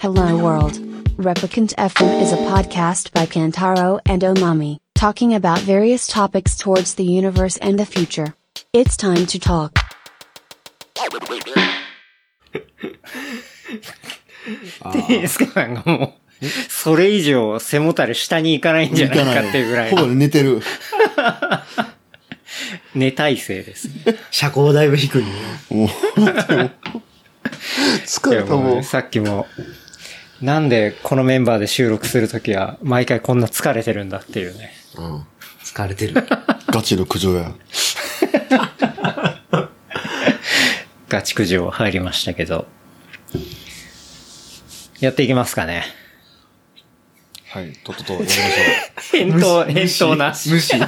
Hello World. Replicant FM is a podcast by Kantaro and Omami, talking about various topics towards the universe and the future. It's time to talk. テイスケさんがもう、それ以上背もたれ下に行かないんじゃないかっていうぐらい。 ほぼ寝てる。 寝体勢ですね。 車高だいぶ低いね。 もう、疲れたもん。 さっきも、なんでこのメンバーで収録するときは毎回こんな疲れてるんだっていうね。 うん。疲れてる。 ガチの苦情や。 ガチ苦情入りましたけど。やっていきますかね。 はい、とっととやりましょう。 返答なし。 無視。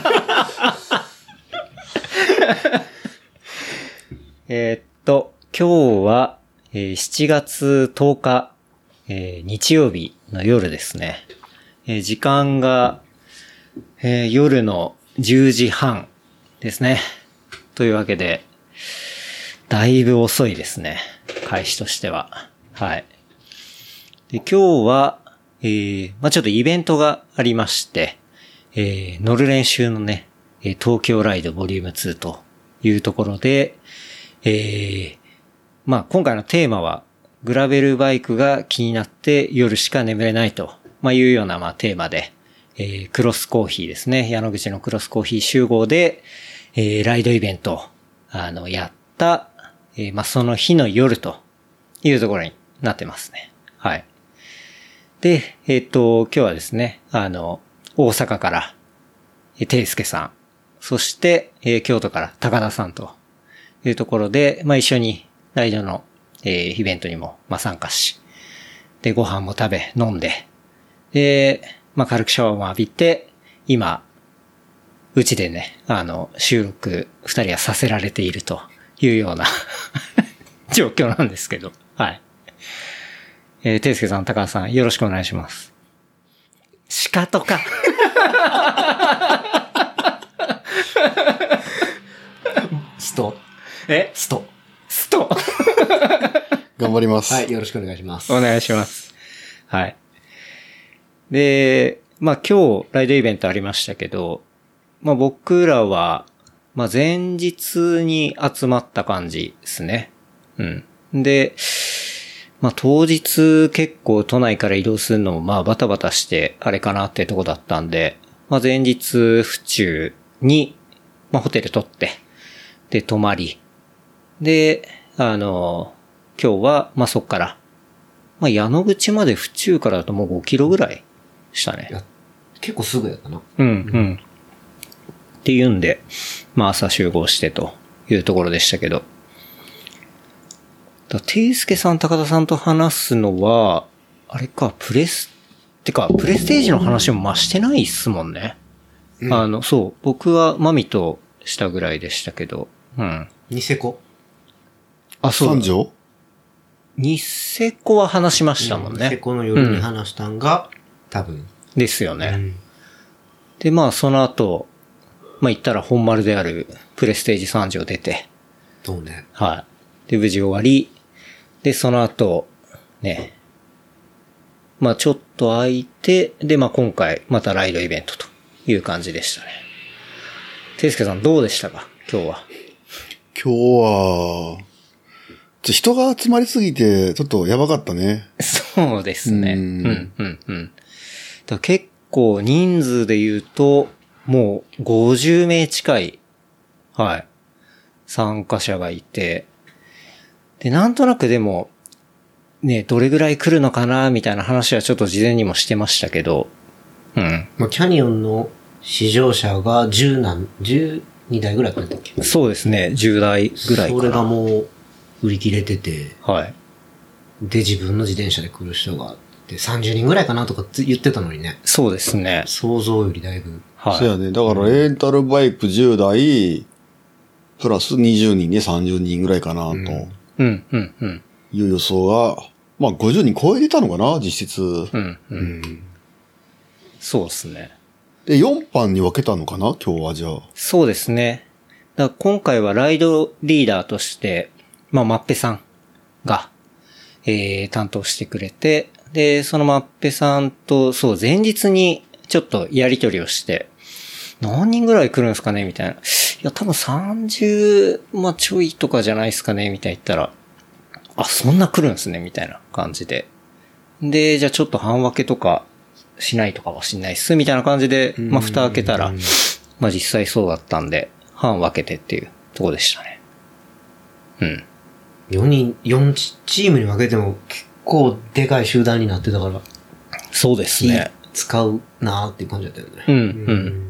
今日は、7月10日、日曜日の夜ですね。時間が、夜の10時半ですね。というわけで、だいぶ遅いですね。開始としては。はい。で今日は、ちょっとイベントがありまして、乗る練習のね、東京ライドボリューム2というところで、今回のテーマは、グラベルバイクが気になって夜しか眠れないと、いうようなテーマで、クロスコーヒーですね。矢野口のクロスコーヒー集合で、ライドイベント、やった、その日の夜というところになってますね。はい。で、今日はですね、大阪から、ていすけさん、そして、京都から高田さんというところで、一緒にライドの、イベントにも、参加し、で、ご飯も食べ、飲んで、で、軽くシャワーも浴びて、今、うちでね、収録二人はさせられているというような状況なんですけど、はい。ていすけさん、高田さん、よろしくお願いします。鹿とか。 スト。スト。 スト。 頑張ります。 はい、よろしくお願いします。 お願いします。はい。で、今日、ライドイベントありましたけど、僕らは、前日に集まった感じですね。うん。で、当日結構都内から移動するのもバタバタしてあれかなってとこだったんで、前日府中に、ホテル取って、で、泊まり、で、今日は、そっから、矢野口まで府中からだともう5キロぐらいしたね。 結構すぐやったな。 うん。っていうんで、朝集合してというところでしたけど。ていすけさん、高田さんと話すのは、あれか、プレステージの話もしてないっすもんね。うん、そう、僕はマミとしたぐらいでしたけど、うん。 ニセコ。 あ、そう。 三条？ ニセコは話しましたもんね。 ニセコの夜に話したんが、多分。 ですよね。で、その後、言ったら本丸であるプレステージ3条出て。 そうね。 はい。で、無事終わり。で、その後、ね。ちょっと空いて、で、今回、またライドイベントという感じでしたね。ていすけさんどうでしたか今日は。 今日は、人が集まりすぎて、ちょっとやばかったね。 そうですね。結構人数で言うと、もう50名近い、はい、参加者がいて、で、なんとなくでも、ね、どれぐらい来るのかな、みたいな話はちょっと事前にもしてましたけど、うん。 キャニオンの試乗車が12台ぐらい来るんだっけ？ そうですね、10台ぐらいかな。 それがもう、売り切れてて、 はい。 で、自分の自転車で来る人がで30人ぐらいかなとか言ってたのにね。 そうですね。 想像よりだいぶ。 はい。 そうやね。だからレンタルバイク10台、プラス20人で30人ぐらいかなと。いう予想が、50人超えてたのかな、実質。 そうですね。 で、4班に分けたのかな、今日はじゃあ。 そうですね。だから今回はライドリーダーとして、マッペさんが、担当してくれて、 で、そのマッペさんと、そう、前日にちょっとやり取りをして、何人ぐらい来るんですかねみたいな。いや、多分30、まあちょいとかじゃないですかねみたいな言ったら、あ、そんな来るんですねみたいな感じで。で、じゃあちょっと半分けとかしないとかもしんないっす、みたいな感じで、まあ蓋開けたら、まあ実際そうだったんで、半分けてっていうとこでしたね。うん。 4チームに分けても結構でかい集団になってたから。 そうですね。 使うなーっていう感じだったよね。 うん。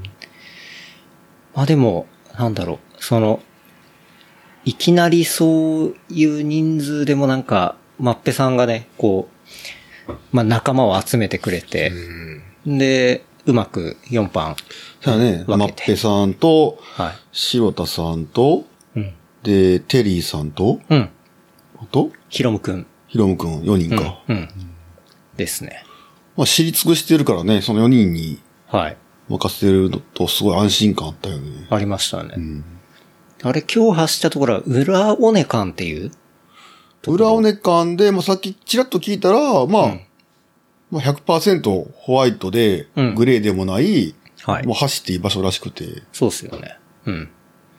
まあでも、なんだろう、いきなりそういう人数でもなんか、マッペさんがね、こう、まあ仲間を集めてくれて、で、うまく4班。 そうだね。マッペさんと、 はい。 白田さんと、 うん。 で、テリーさんと、 うん。 あとヒロムくん。 ヒロムくん4人か。 うん。ですね。 まあ知り尽くしてるからね、その4人にはい。 任せてるのとすごい安心感あったよね。 ありましたね。 うん。 あれ今日走ったところは、裏尾根間っていう裏尾根間で、まあ、さっきちらっと聞いたら、まあ、まあ100% ホワイトで、グレーでもない、 はい。 もう走っていい場所らしくて。 そうですよね。うん。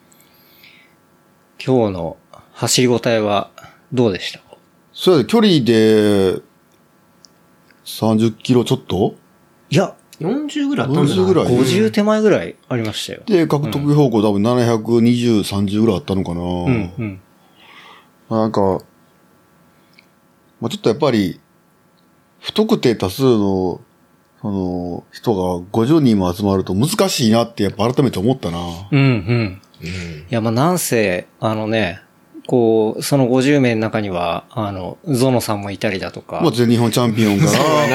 今日の走りごたえはどうでしたか？ それで距離で、30キロちょっといや、 40ぐらいあったんじゃない？ 40ぐらい。 50手前ぐらいありましたよ。 で、獲得標高多分720、30ぐらいあったのかな。なんか、まあ、ちょっとやっぱり、不特定多数の、人が50人も集まると難しいなってやっぱ改めて思ったな。 いや、まあ、なんせ、こう、その50名の中には、ゾノさんもいたりだとか。 まあ、全日本チャンピオンから、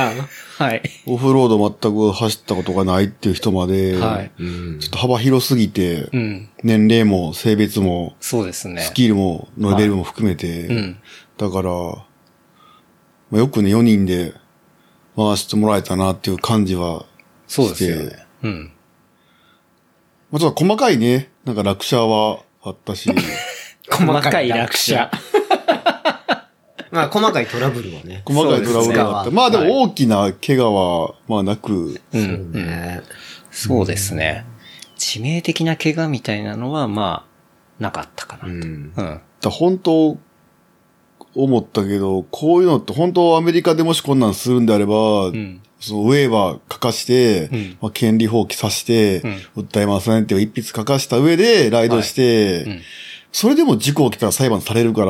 はい。 オフロード全く走ったことがないっていう人まで、 はい。 ちょっと幅広すぎて、年齢も性別も、 そうですね。 スキルも、のレベルも含めて、だから、まあ、よくね、4人で回してもらえたなっていう感じはして、 そうですよね。 まあ、ちょっと細かいね、なんか落車はあったし、 細かい落車。 まあ、細かいトラブルはね。 細かいトラブルがあった。まあでも大きな怪我は、まあなく。 そうですね。致命的な怪我みたいなのは、まあ、なかったかなと。 本当、思ったけど、こういうのって本当アメリカでもしこんなんするんであれば、そのウェーバー書かして、まあ、権利放棄させて、訴えませんっていう一筆書かした上でライドして、それでも事故起きたら裁判されるから、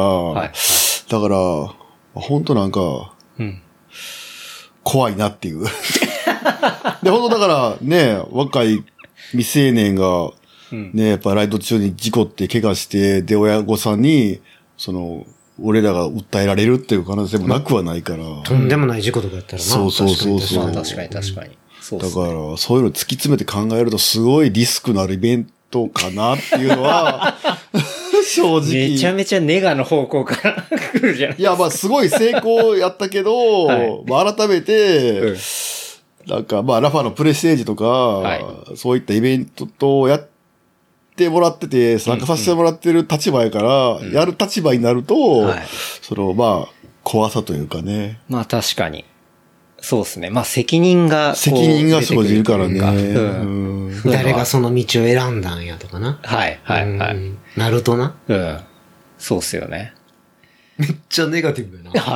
だから、本当なんか、怖いなっていう。で、本当だからね、若い未成年が、ね、やっぱライド中に事故って怪我して、で、親御さんに、俺らが訴えられるっていう可能性もなくはないから。 とんでもない事故とかやったらな。 そう。 確かに。 そうだから、そういうの突き詰めて考えるとすごいリスクのあるイベントかなっていうのは、正直。 めちゃめちゃネガの方向から来るじゃないですか。 いや、まあすごい成功やったけど、まあ改めて、なんかまあラファのプレステージとか、そういったイベントとやってもらってて、参加させてもらってる立場やから、やる立場になると、まあ、怖さというかね。 まあ確かに。そうですね。まあ責任が生じるからね。 誰がその道を選んだんやとかな。なるとな。 そうっすよね。 めっちゃネガティブやな。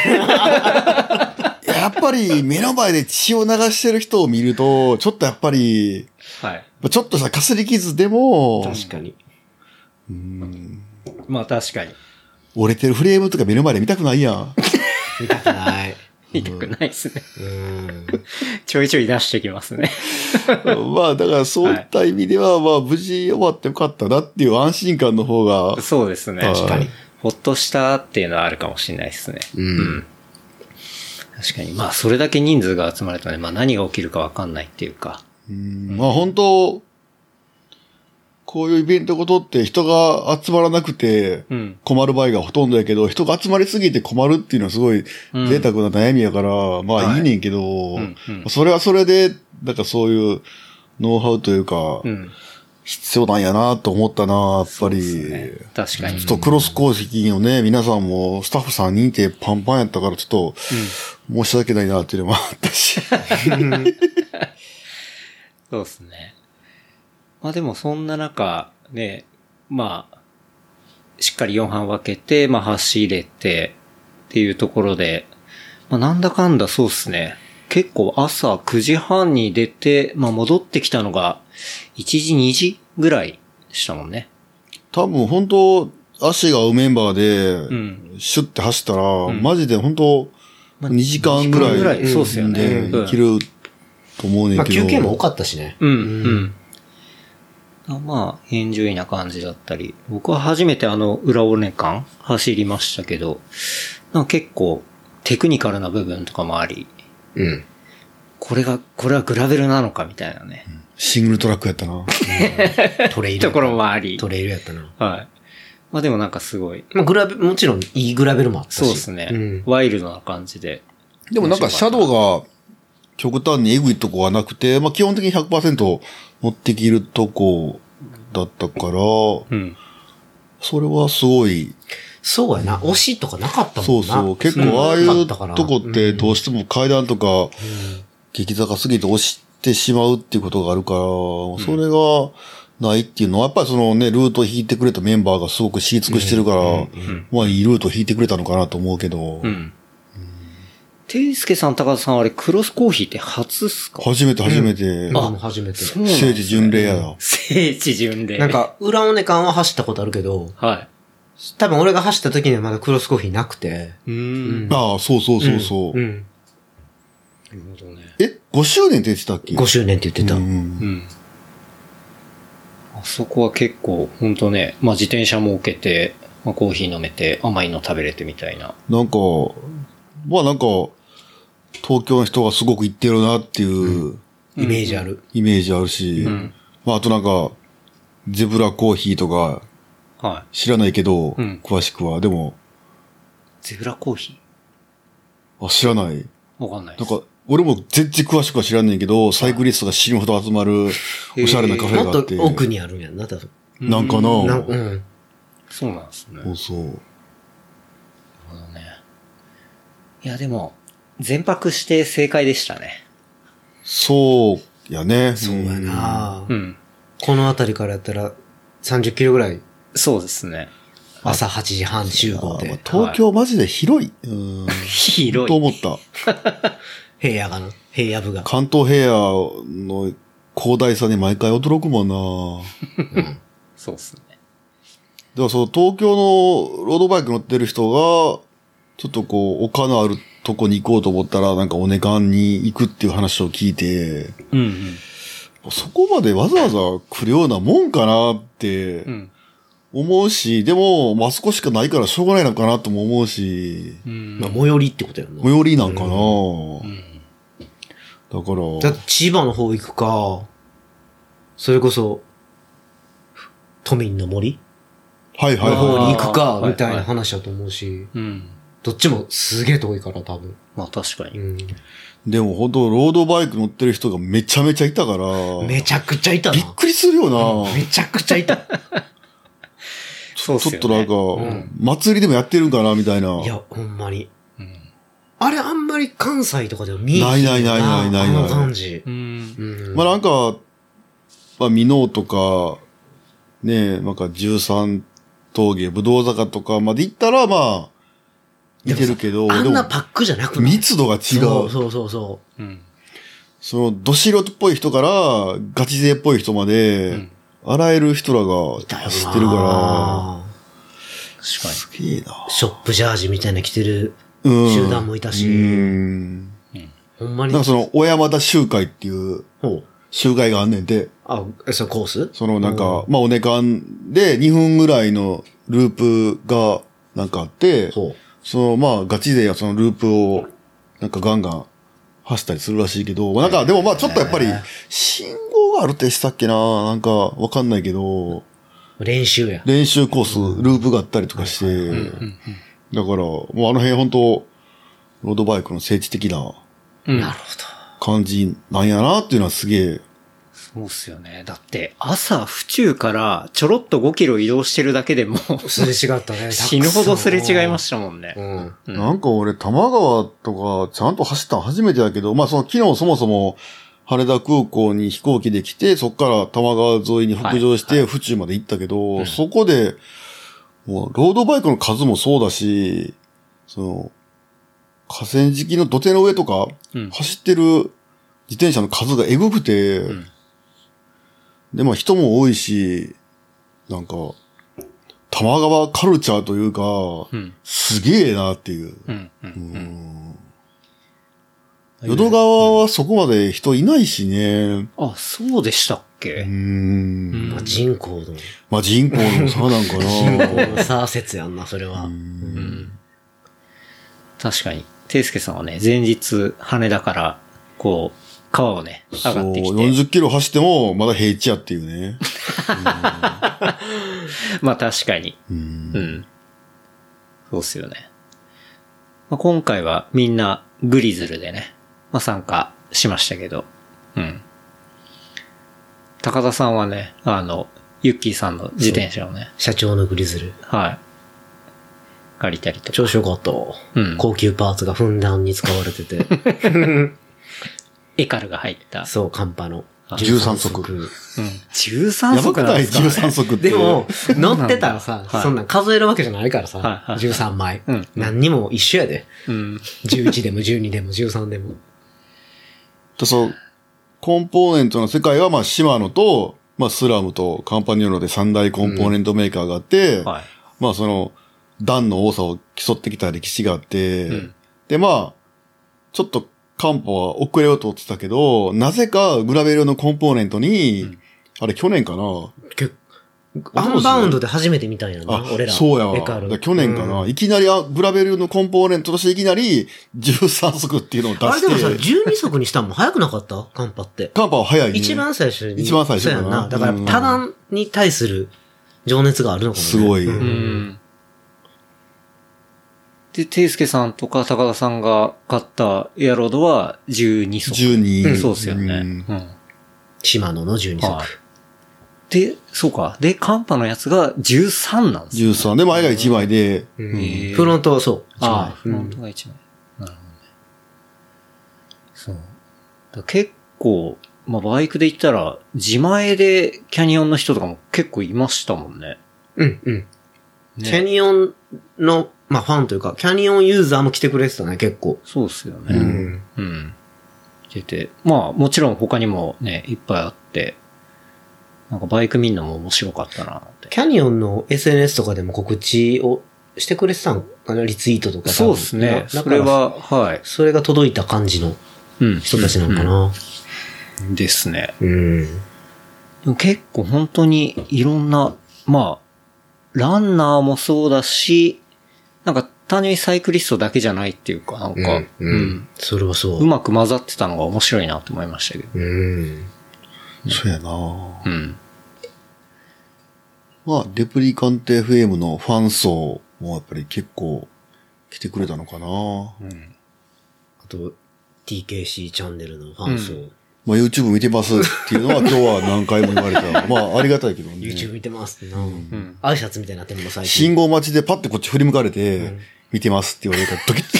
やっぱり目の前で血を流してる人を見ると、ちょっとやっぱり、ちょっとしたかすり傷でも、 確かに。 まあ確かに。 折れてるフレームとか目の前で見たくないやん。 見たくない。 見たくないですね。ちょいちょい出してきますね。 まあだからそういった意味では、まあ無事終わってよかったなっていう安心感の方が。 そうですね。確かに。ほっとしたっていうのはあるかもしれないですね。確かに。まあそれだけ人数が集まるとね、まあ何が起きるかわかんないっていうか。 まあ本当、こういうイベントごとって人が集まらなくて困る場合がほとんどやけど、人が集まりすぎて困るっていうのはすごい贅沢な悩みやから、まあいいねんけど、それはそれで、なんかそういうノウハウというか、 必要なんやなと思ったな、やっぱり。 ね、確かに。 ちょっとクロス公式のね、皆さんもスタッフ3人ってパンパンやったからちょっと、申し訳ないなっていうのもあったし。 そうですね。まあでもそんな中、ね、まあ、しっかり4班分けて、まあ走れて、っていうところで、まあなんだかんだそうですね。結構朝9時半に出て、まあ戻ってきたのが1時2時ぐらいでしたもんね。 多分本当足が合うメンバーで、シュッて走ったら、マジで本当2時間ぐらいそうですよね。 で生きると思うねんけど。 まあ休憩も多かったしね。 まあ、エンジョイな感じだったり。僕は初めて裏尾根間走りましたけど、なんか結構テクニカルな部分とかもあり、これはグラベルなのかみたいなね。 シングルトラックやったな。 トレイル。 ところもあり。 トレイルやったな。 はい。まあでもなんかすごい。 まあもちろんいいグラベルもあったし。 そうですね。ワイルドな感じで。 でもなんかシャドウが極端にエグいとこはなくて、まあ基本的に 100% 持ってきるとこだったから、それはすごい。 そうやな。押しとかなかったもんな。 そう。結構ああいうとこってどうしても階段とか、激坂すぎて押してしまうっていうことがあるから、それがないっていうのは、やっぱりそのね、ルートを引いてくれたメンバーがすごく知り尽くしてるから、まあいいルートを引いてくれたのかなと思うけど。 ていすけさん、高田さん、あれ、クロスコーヒーって初っすか？ 初めて。 初めて。 聖地巡礼やな。 聖地巡礼。 なんか、裏尾根間は走ったことあるけど、 はい。 多分俺が走った時にはまだクロスコーヒーなくて。 ああ、そう。 なるほどね。 5周年って言ってたっけ？ 5 周年って言ってた。 あそこは結構、ほんとね、まあ自転車も置けて、まあコーヒー飲めて、甘いの食べれてみたいな。 なんか、まあなんか、東京の人がすごく行ってるなっていう、 イメージある。 イメージあるし、まああとなんか、ゼブラコーヒーとか、知らないけど、詳しくは。でも、 ゼブラコーヒー知らない。 わかんない。 なんか、俺も全然詳しくは知らないけど、サイクリストが死ぬほど集まる、おしゃれなカフェがあって。 もっと奥にあるんやんな、多分。 なんかな。 そうなんですね。 そう。なるほどね。いや、でも、全泊して正解でしたね。 そうやね。 そうやな。この辺りからやったら、30キロぐらい。 そうですね。 朝8時半集合で。 東京マジで広い。 広い。 と思った。 平野部が。 関東平野の広大さに毎回驚くもんな。 そうっすね。 だからその東京のロードバイク乗ってる人が、ちょっとこう、丘のあるとこに行こうと思ったら、なんか尾根間に行くっていう話を聞いて、そこまでわざわざ来るようなもんかなって思うし、でも、あそこしかないからしょうがないのかなとも思うし、 まあ、最寄りってことやな。 最寄りなんかな、だから。 だって千葉の方行くか、それこそ、都民の森の方に行くか、みたいな話だと思うし、どっちもすげえ遠いから多分。 まあ確かに。 でも本当ロードバイク乗ってる人がめちゃめちゃいたから。 めちゃくちゃいたな。 びっくりするよな。 めちゃくちゃいた。 そうっすよね。ちょっとなんか、祭りでもやってるんかなみたいな。 いや、ほんまに。あれあんまり関西とかでは見えない。あの感じ。 まあなんか、まあ、美濃とか、ねえ、なんか13峠、ぶどう坂とかまで行ったら、まあ、いけるけど。 あんなパックじゃなくて。 密度が違う。 そう。 その、ど素人っぽい人から、ガチ勢っぽい人まで、あらゆる人らが走ってるから。 確かに。 すげえな。 ショップジャージみたいな着てる集団もいたし。ほんまに。 なんかその、小山田集会っていう、集会があんねんて。 そのコース？ そのなんか、まあ、おねかんで2分ぐらいのループがなんかあって、そのまあ、ガチ勢はそのループをなんかガンガン走ったりするらしいけど、なんかでもまあちょっとやっぱり、信号があるってしたっけな、なんかわかんないけど、 練習コース、ループがあったりとかして、だから、もうあの辺本当ロードバイクの聖地的な感じなんやなっていうのはすげえそうっすよね。だって、朝、府中からちょろっと5キロ移動してるだけでもすれ違ったね。 死ぬほどすれ違いましたもんね。 なんか俺、多摩川とか、ちゃんと走ったの初めてだけど、まあその昨日そもそも、羽田空港に飛行機で来て、そっから多摩川沿いに北上して、府中まで行ったけど、そこで、もう、ロードバイクの数もそうだし、河川敷の土手の上とか、走ってる自転車の数がエグくて、で、まあ人も多いし、なんか、多摩川カルチャーというか、すげえなっていう。淀川はそこまで人いないしね。 あ、そうでしたっけ？ まあ人口の。 まあ人口の差なんかな。 人口の差説やんな、それは。 確かに。ていすけさんはね、前日羽田から、こう、川をね、上がってきて。 40キロ走っても、まだ平地やっていうね。 まあ確かに。そうっすよね。まあ、今回はみんなグリズルでね、まあ参加しましたけど、高田さんはね、ユッキーさんの自転車をね。 社長のグリズル。 はい。借りたりとか。 調子よかった。高級パーツがふんだんに使われてて。 エカルが入った。 そう、カンパの。 13足。 13足なんですかね。 やばくない ?13 足って。 でも、乗ってたらさ、そんなん数えるわけじゃないからさ、13枚。何にも一緒やで。11でも12でも13でも。 コンポーネントの世界は、まあ、シマノと、まあ、スラムとカンパニオノで3大コンポーネントメーカーがあって、まあ、段の多さを競ってきた歴史があって、で、まあ、ちょっと、カンパは遅れようと思ってたけど、なぜかグラベルのコンポーネントに、あれ去年かなアンバウンドで初めて見たんやな、俺ら。 そうやわ。去年かな、いきなりグラベルのコンポーネントとしていきなり13足っていうのを出して。 あれでもさ、12足にしたんも早くなかったカンパって。 カンパは早いね。 一番最初に。 一番最初やんな。だから、多段に対する情熱があるのかもね。 すごい。 で、ていすけさんとか高田さんが買ったエアロードは12足。 12。 そうですよね。 シマノの12足。 で、そうか。で、カンパのやつが13なんですね。 13。で、前が1枚で。 フロントはそう。 フロントが1枚。なるほどね。そう。結構、まあ、バイクで言ったら、自前でキャニオンの人とかも結構いましたもんね。 キャニオンの、まあファンというか、キャニオンユーザーも来てくれてたね、結構。 そうっすよね。来てて。まあもちろん他にもね、いっぱいあって、なんかバイク見んのも面白かったなって。 キャニオンの SNS とかでも告知をしてくれてたんかな、リツイートとか。 そうですね。それは、はい。 それが届いた感じの人たちなのかな。 ですね。でも結構本当にいろんな、まあ、ランナーもそうだし、なんか単純にサイクリストだけじゃないっていうか、なんか、 それはそう。 うまく混ざってたのが面白いなと思いましたけど。 そうやなまあ、レプリカント FM のファン層もやっぱり結構来てくれたのかなあと、TKC チャンネルのファン層。 まあ YouTube 見てますっていうのは今日は何回も言われた。まあありがたいけどね。 YouTube 見てますってな。挨拶みたいになってんの最近。 信号待ちでパッてこっち振り向かれて、見てますって言われたらドキッと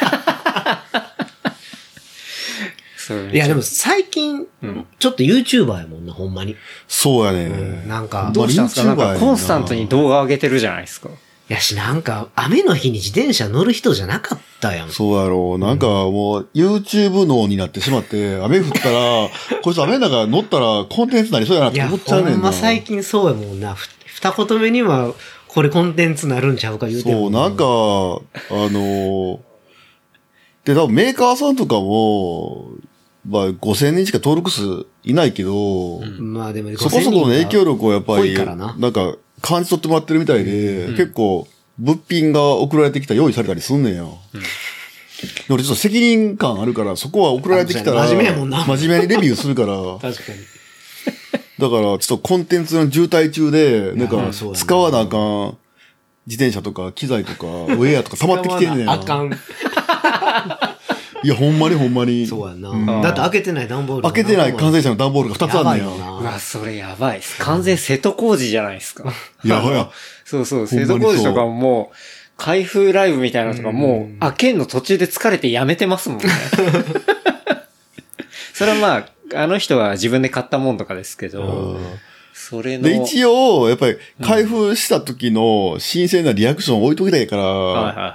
する。 いやでも最近、ちょっと YouTuber やもんな、ほんまに。 そうやね。 なんか、 どうしたんですか？なんかコンスタントに動画上げてるじゃないですか。 いやし、なんか、雨の日に自転車乗る人じゃなかったやん。 そうやろう。なんかもう、YouTube 脳になってしまって、雨降ったら、こいつ雨の中乗ったらコンテンツになりそうやなって思っちゃうねんな。 ほんま最近そうやもんな。二言目には、これコンテンツなるんちゃうか言うても。そう、なんか、で、多分メーカーさんとかも、まあ、5000人しか登録数いないけど、 まあでもそこそこの影響力をやっぱり、なんか、感じ取ってもらってるみたいで、結構、物品が送られてきた用意されたりすんねんよ。俺ちょっと責任感あるから、そこは送られてきたら、 真面目やもんな。 真面目にレビューするから。 確かに。 だから、ちょっとコンテンツの渋滞中で、なんか、使わなあかん、自転車とか機材とか、ウェアとか溜まってきてんねん。 あかん。 いや、ほんまにほんまに。 そうやな。だって開けてない段ボール。 開けてない完成車の段ボールが2つあんねんよ。 うわ、それやばいっす。完全瀬戸康史じゃないですか。 やばい。 そうそう、瀬戸康史とかもう、開封ライブみたいなのとかもう、開けんの途中で疲れてやめてますもんね。それはまあ、あの人は自分で買ったもんとかですけど、それの。 で、一応、やっぱり、開封した時の新鮮なリアクション置いときたいから、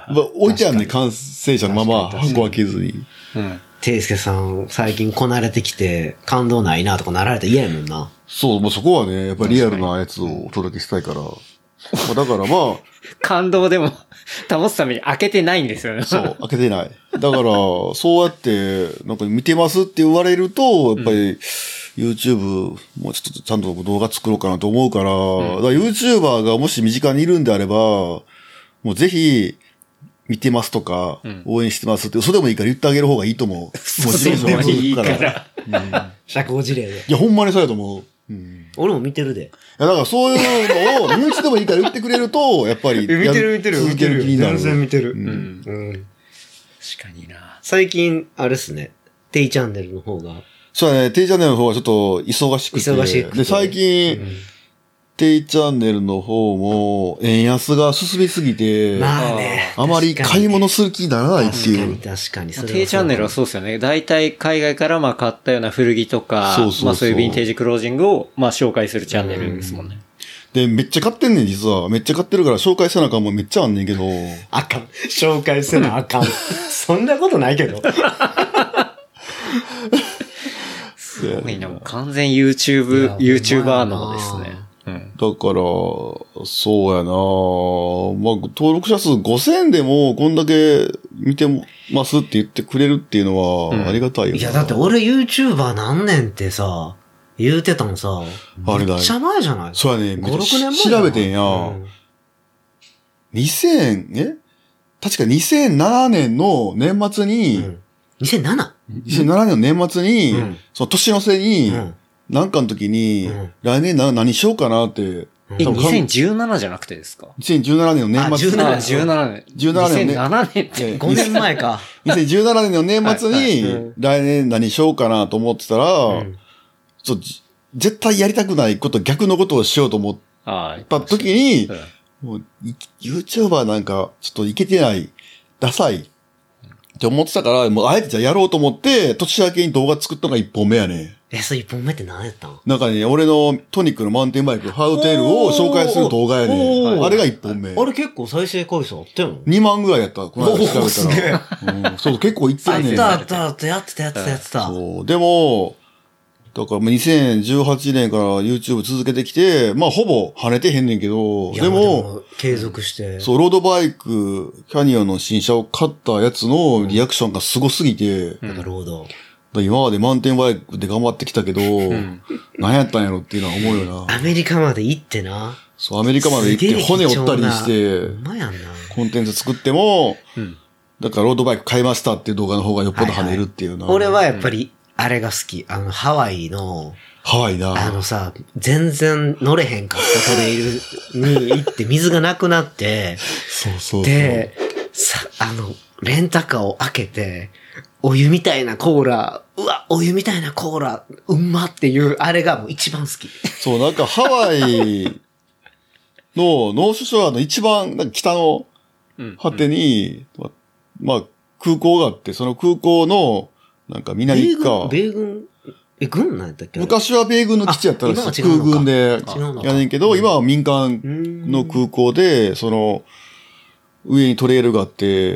置いてあるね、完成車のまま、箱開けずに。 ていすけさん、最近こなれてきて、感動ないなとかなられたら嫌やもんな。 そう、もうそこはね、やっぱりリアルなやつをお届けしたいから。だからまあ。 感動でも保つために開けてないんですよね。 そう、開けてない。だから、そうやって、なんか見てますって言われると、やっぱり、YouTube、もうちょっとちゃんと動画作ろうかなと思うから、だから YouTuber がもし身近にいるんであれば、もうぜひ、見てますとか、応援してますって、それでもいいから言ってあげる方がいいと思う。もちろんそういいから。 社交辞令で。 いや、ほんまにそうやと思う。 俺も見てるで。 いや、だからそういうのを、身内でもいいから言ってくれると、やっぱり。 見てる。全然見てる。 確かにな。 最近、あれっすね。テイチャンネルの方が。 そうだね、テイチャンネルの方がちょっと忙しくて。で、最近、テイチャンネルの方も、円安が進みすぎて、 まあね。 あまり買い物する気にならないっていう。 確かに。 テイチャンネルはそうですよね。大体海外からまあ買ったような古着とか、まあそういうヴィンテージクロージングをまあ紹介するチャンネルですもんね。 で、めっちゃ買ってんねん、実は。めっちゃ買ってるから紹介せなあかんもんめっちゃあんねんけど。 あかん。紹介せなあかん。そんなことないけど。 すごいな、もう完全YouTuber のですね。 だから、そうやなまあ、登録者数5000でもこんだけ見てますって言ってくれるっていうのはありがたいよ、 いや、だって俺 YouTuber 何年ってさ、言うてたのさ、 あれだ。 めっちゃ前じゃない？ そうやね。 5、6年前。 調べてんや。確か2007年の年末に、 2007 2007年の年末に、その年の瀬に、なんかの時に、来年何しようかなって。 2017じゃなくてですか？ 2017年の年末に。 17年。2007年って 5年前か。 2017年の年末に、来年何しようかなと思ってたら、絶対やりたくない逆のことをしようと思った時に、もう、YouTuber なんか、ちょっといけてない、ダサいって思ってたから、もうあえてじゃあやろうと思って、年明けに動画作ったのが1本目やね。 それ1本目って何やったん？ なんかね、俺のトニックのマウンテンバイク、ハウテールを紹介する動画やね。あれが1本目。 あれ結構再生回数あったよ。 2万ぐらいやった。この間調べたら。そう、結構いってんねん。 あった、やってた。 そう。でも、だから2018年から YouTube 続けてきて、まあほぼ跳ねてへんねんけど、でも、 継続して。 そう、ロードバイク、キャニオンの新車を買ったやつのリアクションがすごすぎて、 ロード。 今までマウンテンバイクで頑張ってきたけど、何やったんやろっていうのは思うよな。 アメリカまで行ってな。 そう、アメリカまで行って骨折ったりして、コンテンツ作っても、だからロードバイク買いましたっていう動画の方がよっぽど跳ねるっていうな。 俺はやっぱり、あれが好き。ハワイの、 な。 さ、全然乗れへんかったトレイルに行って水がなくなって、 そう。 で、レンタカーを開けて、お湯みたいなコーラ、お湯みたいなコーラ、うんまっていう、あれがもう一番好き。 そう、なんかハワイのノースショアの一番なんか北の果てに、まあ空港があって、その空港のなんか南側。 米軍軍なんやったっけ？ 昔は米軍の基地やったら空軍でやねんけど、今は民間の空港で、その上にトレイルがあって、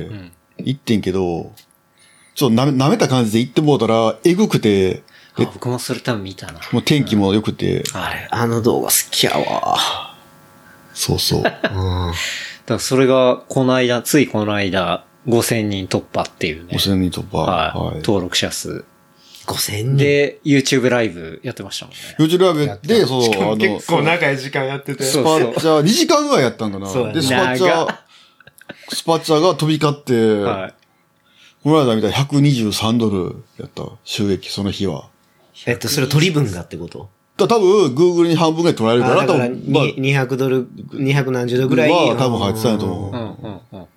行ってんけど、ちょっと舐めた感じで行ってもうたら、えぐくて。 僕もそれ多分見たな。 もう天気も良くて。 あの動画好きやわ。 そうそう。 だからそれが、ついこの間、5000人突破っていうね。 5000人突破。 はい。登録者数。 5000人で、YouTube ライブやってましたもんね。 YouTube ライブで、そう、 結構長い時間やってて。 スパッチャー、2時間ぐらいやったんかな。で、スパッチャーが飛び交って、この間みたいに$123やった。収益、その日は。 それ取り分がってこと？ 多分、Google に半分ぐらい取られるから、 多分、200何十ドルぐらい。 は多分入ってたんやと思う。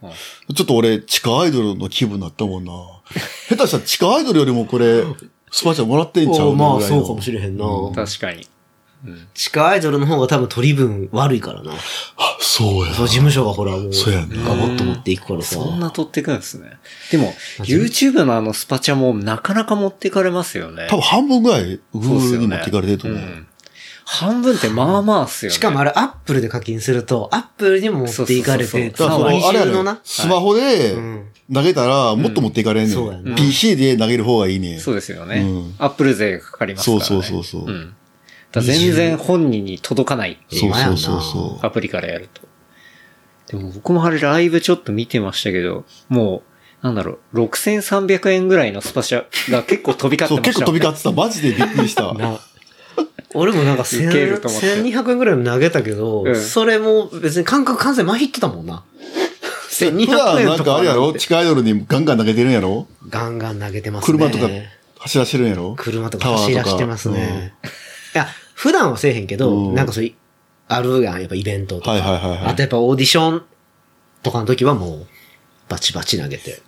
ちょっと俺、地下アイドルの気分になったもんな。下手したら地下アイドルよりもこれ、スパチャもらってんちゃうまあそうかもしれへんな。 確かに。 地下アイドルの方が多分取り分悪いからな。 あ、そうや。 そう、事務所がほらもう、 そうやね。 ガボッと持っていくからさ。 そんな取っていくんですね。でも、YouTube のスパチャもなかなか持っていかれますよね。 多分半分ぐらい、Google に持っていかれてると思う。 半分ってまあまあっすよね。 しかもあれ、アップルで課金すると、アップルにも持っていかれて、 だからあれやね、スマホで投げたら、もっと持っていかれんねん。PC で投げる方がいいね。 そうですよね。アップル税がかかりますからね。 そう。 全然本人に届かないっていう。 そう。 アプリからやると。でも僕もあれライブちょっと見てましたけど、もう、6300円ぐらいのスパチャが結構飛び交ってました、ね。 結構飛び交ってた。マジでびっくりした。 俺もなんか1200円ぐらいも投げたけど、それも別に完全麻痺ってたもんな。1200円とか。 なんかあれやろ、地下アイドルにガンガン投げてるんやろ。 ガンガン投げてますね。 車とか走らしてるんやろ。 車とか走らしてますね。いや、普段はせえへんけど、なんかそういう、あるやん、やっぱイベントとか。あとやっぱオーディションとかの時はもう、バチバチ投げて。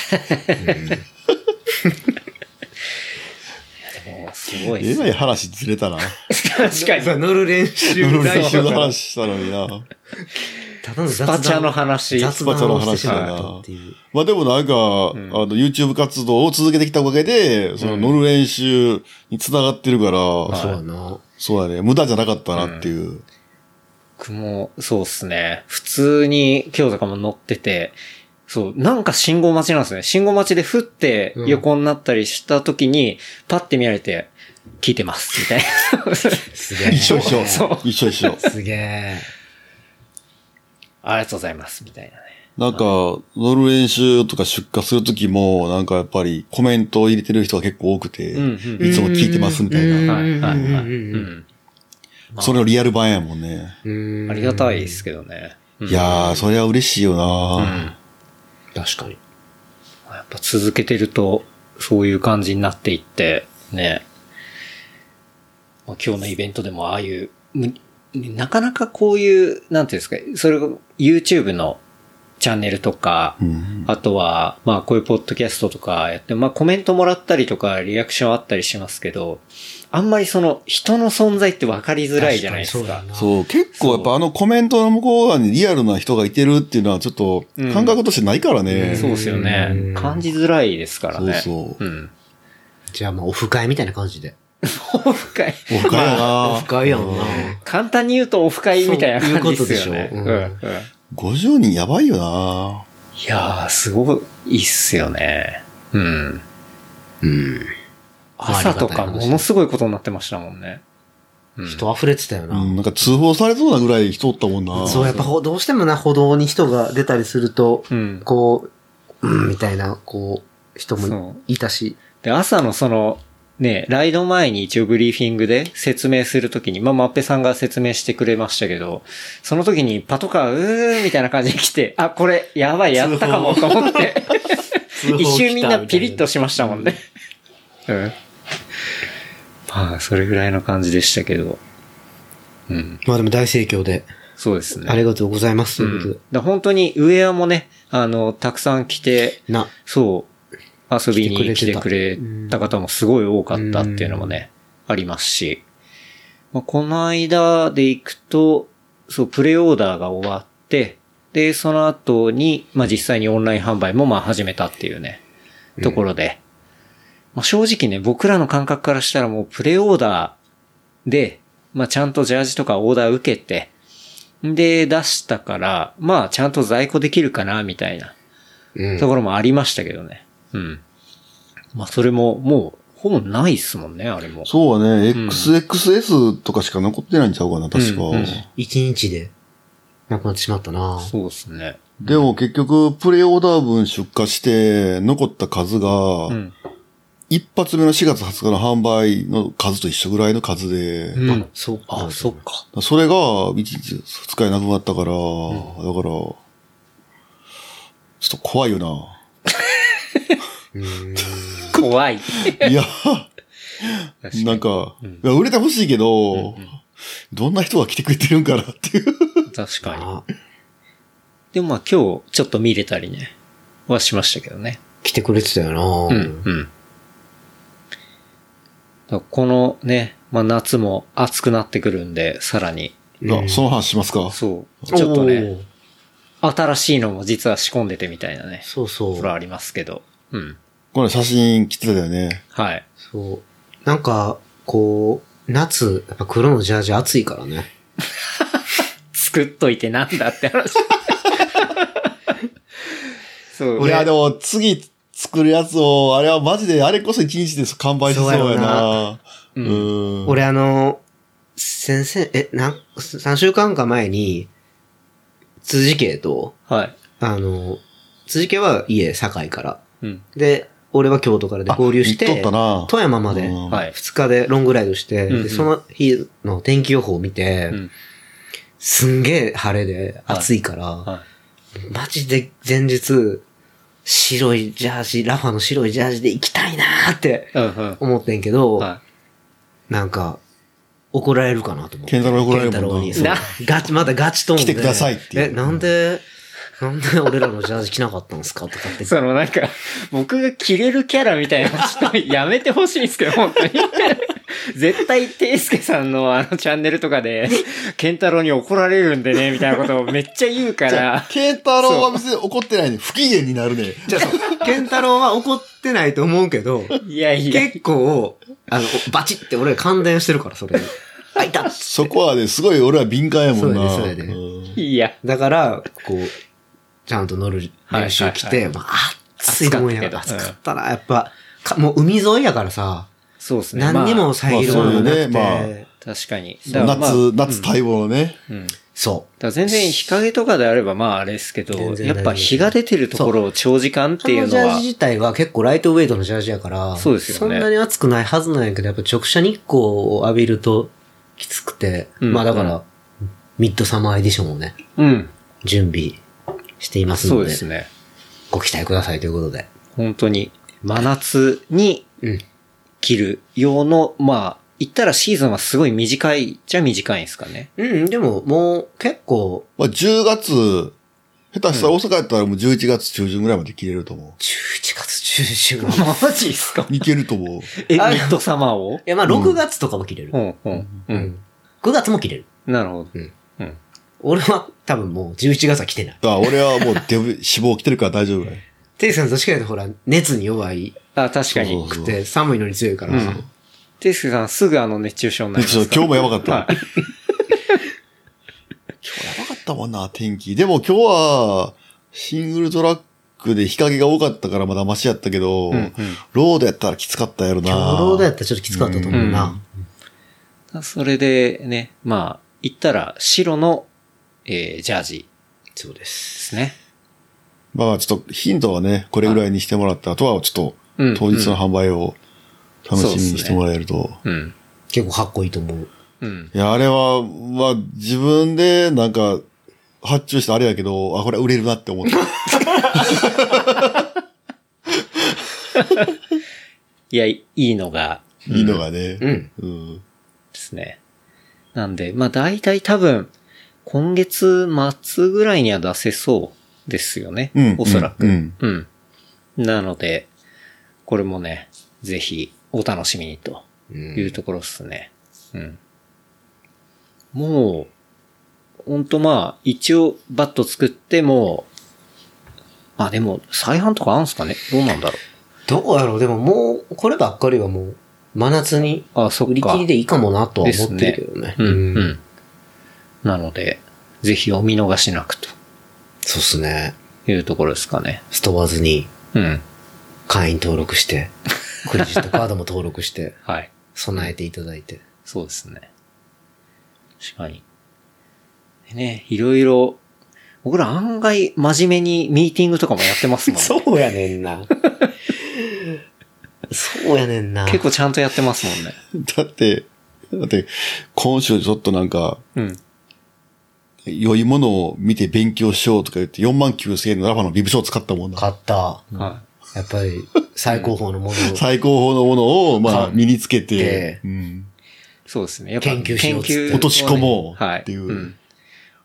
すごいえらい話ずれたな。 確かに。 乗る練習の話したのにな。 ただのスパチャの話。 スパチャの話だな。まあでもなんか、YouTube 活動を続けてきたおかげで、その乗る練習に繋がってるから、 そうやな。 そうだね。無駄じゃなかったなっていう。 僕も、そうっすね。普通に今日とかも乗ってて、そう、なんか信号待ちなんですね。信号待ちで降って横になったりした時に、パッて見られて、聞いてます、みたいな。 すげえ。 一緒。 すげえ。 ありがとうございます、みたいなね。 なんか、乗る練習とか出荷するときも、なんかやっぱりコメントを入れてる人が結構多くて、いつも聞いてますみたいな。それのリアル版やもんね。 ありがたいですけどね。 いやー、それは嬉しいよな、 確かに。 やっぱ続けてると、そういう感じになっていって、ね。まあ、今日のイベントでもああいう、なかなかこういう、なんていうんですか、それが YouTube のチャンネルとか、あとは、まあこういうポッドキャストとかやって、まあコメントもらったりとかリアクションあったりしますけど、あんまりその人の存在って分かりづらいじゃないですか。 そう、結構やっぱコメントの向こう側にリアルな人がいてるっていうのはちょっと感覚としてないからね。 そうですよね。感じづらいですからね。 そう。 じゃあまあオフ会みたいな感じで。 オフ会。 オフ会やな。 オフ会やんな。 簡単に言うとオフ会みたいな感じですよね。 50人やばいよな。 いやー、すごいっすよね。朝とかものすごいことになってましたもんね。 人溢れてたよな。 なんか通報されそうなぐらい人おったもんな。 そう、やっぱどうしてもな、歩道に人が出たりすると、こう、みたいな、こう、人もいたし。 で、朝のその、ね、ライド前に一応ブリーフィングで説明するときに、まあ、マッペさんが説明してくれましたけど、その時にパトカー、みたいな感じに来て、あ、これ、やばい、やったかも、と思って、一瞬みんなピリッとしましたもんね。まあ、それぐらいの感じでしたけど。 まあでも大盛況で。 そうですね。 ありがとうございます。ということで。本当にウェアもね、たくさん着て、そう、遊びに来てくれた方もすごい多かったっていうのもね、ありますし。まあ、この間で行くと、そう、プレオーダーが終わって、で、その後に、まあ実際にオンライン販売もまあ始めたっていうね、ところで。まあ正直ね、僕らの感覚からしたらもうプレオーダーで、まあちゃんとジャージとかオーダー受けて、で、出したから、まあちゃんと在庫できるかな、みたいな、ところもありましたけどね。まあそれももうほぼないっすもんね、あれも。 そうね、XXS とかしか残ってないんちゃうかな、確か。 1日でなくなってしまったな。 そうですね。 でも結局、プレオーダー分出荷して、残った数が、一発目の4月20日の販売の数と一緒ぐらいの数で。 そっか。 それが1日2日になくなったから、だから、ちょっと怖いよな。 怖い。 いや、なんか、売れてほしいけど、どんな人が来てくれてるんかなっていう。 確かに。 でもまあ今日ちょっと見れたりね、はしましたけどね。 来てくれてたよな。 このね、まあ夏も暑くなってくるんで、さらに。 その話しますか？ そう。ちょっとね、新しいのも実は仕込んでてみたいなね。 そうそう。 これありますけど。 この写真来てたよね。 はい。 そう。なんか、こう、夏、やっぱ黒のジャージ暑いからね。 作っといてなんだって話。 そう。いや、でも次作るやつを、あれはマジで、あれこそ1日で完売しそうやな。 俺先生、3週間か前に、辻家と、 はい。 辻家は家、堺から。で、俺は京都からで合流して、富山まで2日でロングライドして、でその日の天気予報を見て、すんげえ晴れで暑いから、マジで前日、白いジャージ、ラファの白いジャージで行きたいなーって思ってんけど、なんか、怒られるかなと思って。 ケンタロウ怒られるもんな。 まだガチトーンで。 来てくださいっていう。 なんで俺らのジャージ着なかったんですかとかって。 なんか、僕が着れるキャラみたいなちょっとやめてほしいんですけど、本当に。絶対、ていすけさんのチャンネルとかで、ケンタロウに怒られるんでね、みたいなことをめっちゃ言うから。 ケンタロウは別に怒ってないね。不機嫌になるね。 じゃあケンタロウは怒ってないと思うけど、 いやいや。 結構、バチって俺感電してるから、それに。あ、いたそこはね、すごい俺は敏感やもんな。 そうやで。 いや。 だから、こう、ちゃんと乗る練習来て、まあ、暑いと思うんやけど、暑かったな。やっぱ、もう海沿いやからさ、 そうですね。 何にも遮るものなくて。 確かに。 夏待望のね。 そう。 だ全然日陰とかであればまああれですけど、やっぱ日が出てるところを長時間っていうのは。 このジャージ自体は結構ライトウェイトのジャージやから、 そうですよね。 そんなに暑くないはずなんやけど、やっぱ直射日光を浴びるときつくて、まあだから、ミッドサマーエディションをね、準備していますので、そうですね。ご期待くださいということで。 本当に、真夏に着る用の、まあ、言ったらシーズンはすごい短いじゃ短いんですかね。 でももう結構。 まあ10月、下手したら大阪やったらもう11月中旬ぐらいまで着れると思う。 11月中旬マジっすか？ いけると思う。 ミッドサマーを？ いや、まあ6月とかも着れる。9月も着れる。 なるほど。 俺は多分もう11月は着てない。 俺はもう脂肪着てるから大丈夫だよ。 テイさんどっちかというとほら、熱に弱い。 確かに。 くて寒いのに強いから。 テイスケさんすぐ熱中症になります。 今日もやばかった。今日やばかったもんな、天気。でも今日は、シングルトラックで日陰が多かったからまだマシやったけど、ロードやったらきつかったやろな。 今日ロードやったらちょっときつかったと思うな。 それでね、まあ、言ったら白の、ジャージ。 そうですね。 まあちょっとヒントはね、これぐらいにしてもらった後はちょっと当日の販売を楽しみにしてもらえると。 結構かっこいいと思う。 いや、あれは、まあ自分でなんか発注したあれやけど、これ売れるなって思った。 いや、いいのが。 いいのがね。 ですね。なんで、まあ大体多分、今月末ぐらいには出せそうですよね。おそらく。なので、これもね、ぜひお楽しみにというところですね。もう、ほんとまあ、一応バット作っても、まあでも、再販とかあるんすかね？どうなんだろう。 どうやろう？でももう、こればっかりはもう、真夏に売り切りでいいかもなとは思ってるけどね。 なので、ぜひお見逃しなくと。 そうっすね。 いうところですかね。 ストアーズに、会員登録して、クレジットカードも登録して、はい。備えていただいて。 そうですね。確かに。ね、いろいろ、僕ら案外真面目にミーティングとかもやってますもんね。 そうやねんな。そうやねんな。 結構ちゃんとやってますもんね。 だって、今週ちょっとなんか、良いものを見て勉強しようとか言って49,000円のラファのビブショーを使ったもんな。 買った。はい。やっぱり最高峰のものを。 最高峰のものを、まあ、身につけて、 そうですね。やっぱ研究しよう。 落とし込もうっていう。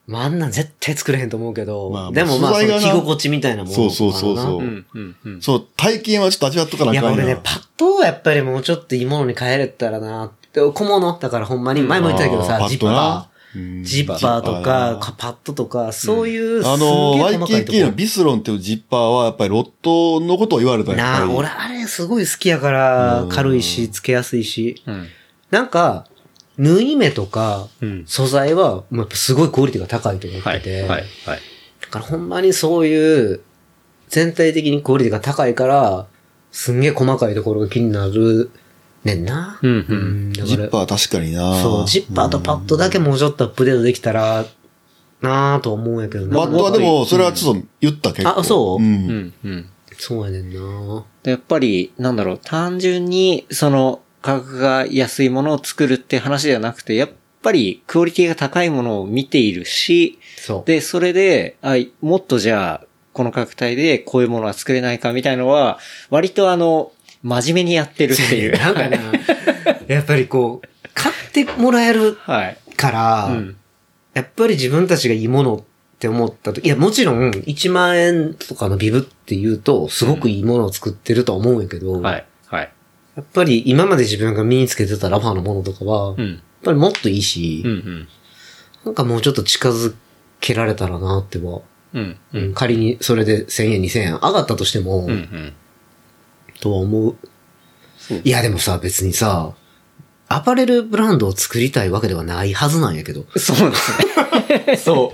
まあ、あんなん絶対作れへんと思うけど、 まあでもまあ、そ素材がなの着心地みたいなもんそうそうそうそううん、うん、うん。 そう、体験はちょっと味わっとかなあいや、 かんな。 俺ね、パッドはやっぱりもうちょっといいものに変えれたらなって、小物だからほんまに、前も言ったけどさ、ジッパー。ジッパーとか、パッドとか、そういう、 YKK のビスロンっていうジッパーは、やっぱりロットのことを言われたんやっぱり。 俺あれすごい好きやから、軽いし、つけやすいし。なんか、縫い目とか、素材は、もうやっぱすごいクオリティが高いと思ってて。だからほんまにそういう、全体的にクオリティが高いから、すんげえ細かいところが気になるねんな。 ジッパー確かにな。 そう、ジッパーとパッドだけもうちょっとアップデートできたら、なぁと思うんやけどね。 パッドはでも、それはちょっと言った結構。 あ、そううんそうやねんな。 やっぱり、なんだろう、単純に、その、価格が安いものを作るって話ではなくて、やっぱりクオリティが高いものを見ているし、で、それで、もっとじゃあ、この価格帯でこういうものは作れないかみたいのは、割と真面目にやってるっていう。 なんかな、やっぱりこう、買ってもらえるから、やっぱり自分たちがいいものって思ったとき、いやもちろん1万円とかのビブって言うと、すごくいいものを作ってるとは思うんやけど、やっぱり今まで自分が身につけてたラファーのものとかは、やっぱりもっといいし、なんかもうちょっと近づけられたらなっては、仮にそれで1000円2000円上がったとしても、とは思う。いやでもさ、別にさ、アパレルブランドを作りたいわけではないはずなんやけど。 そうですね。 そう。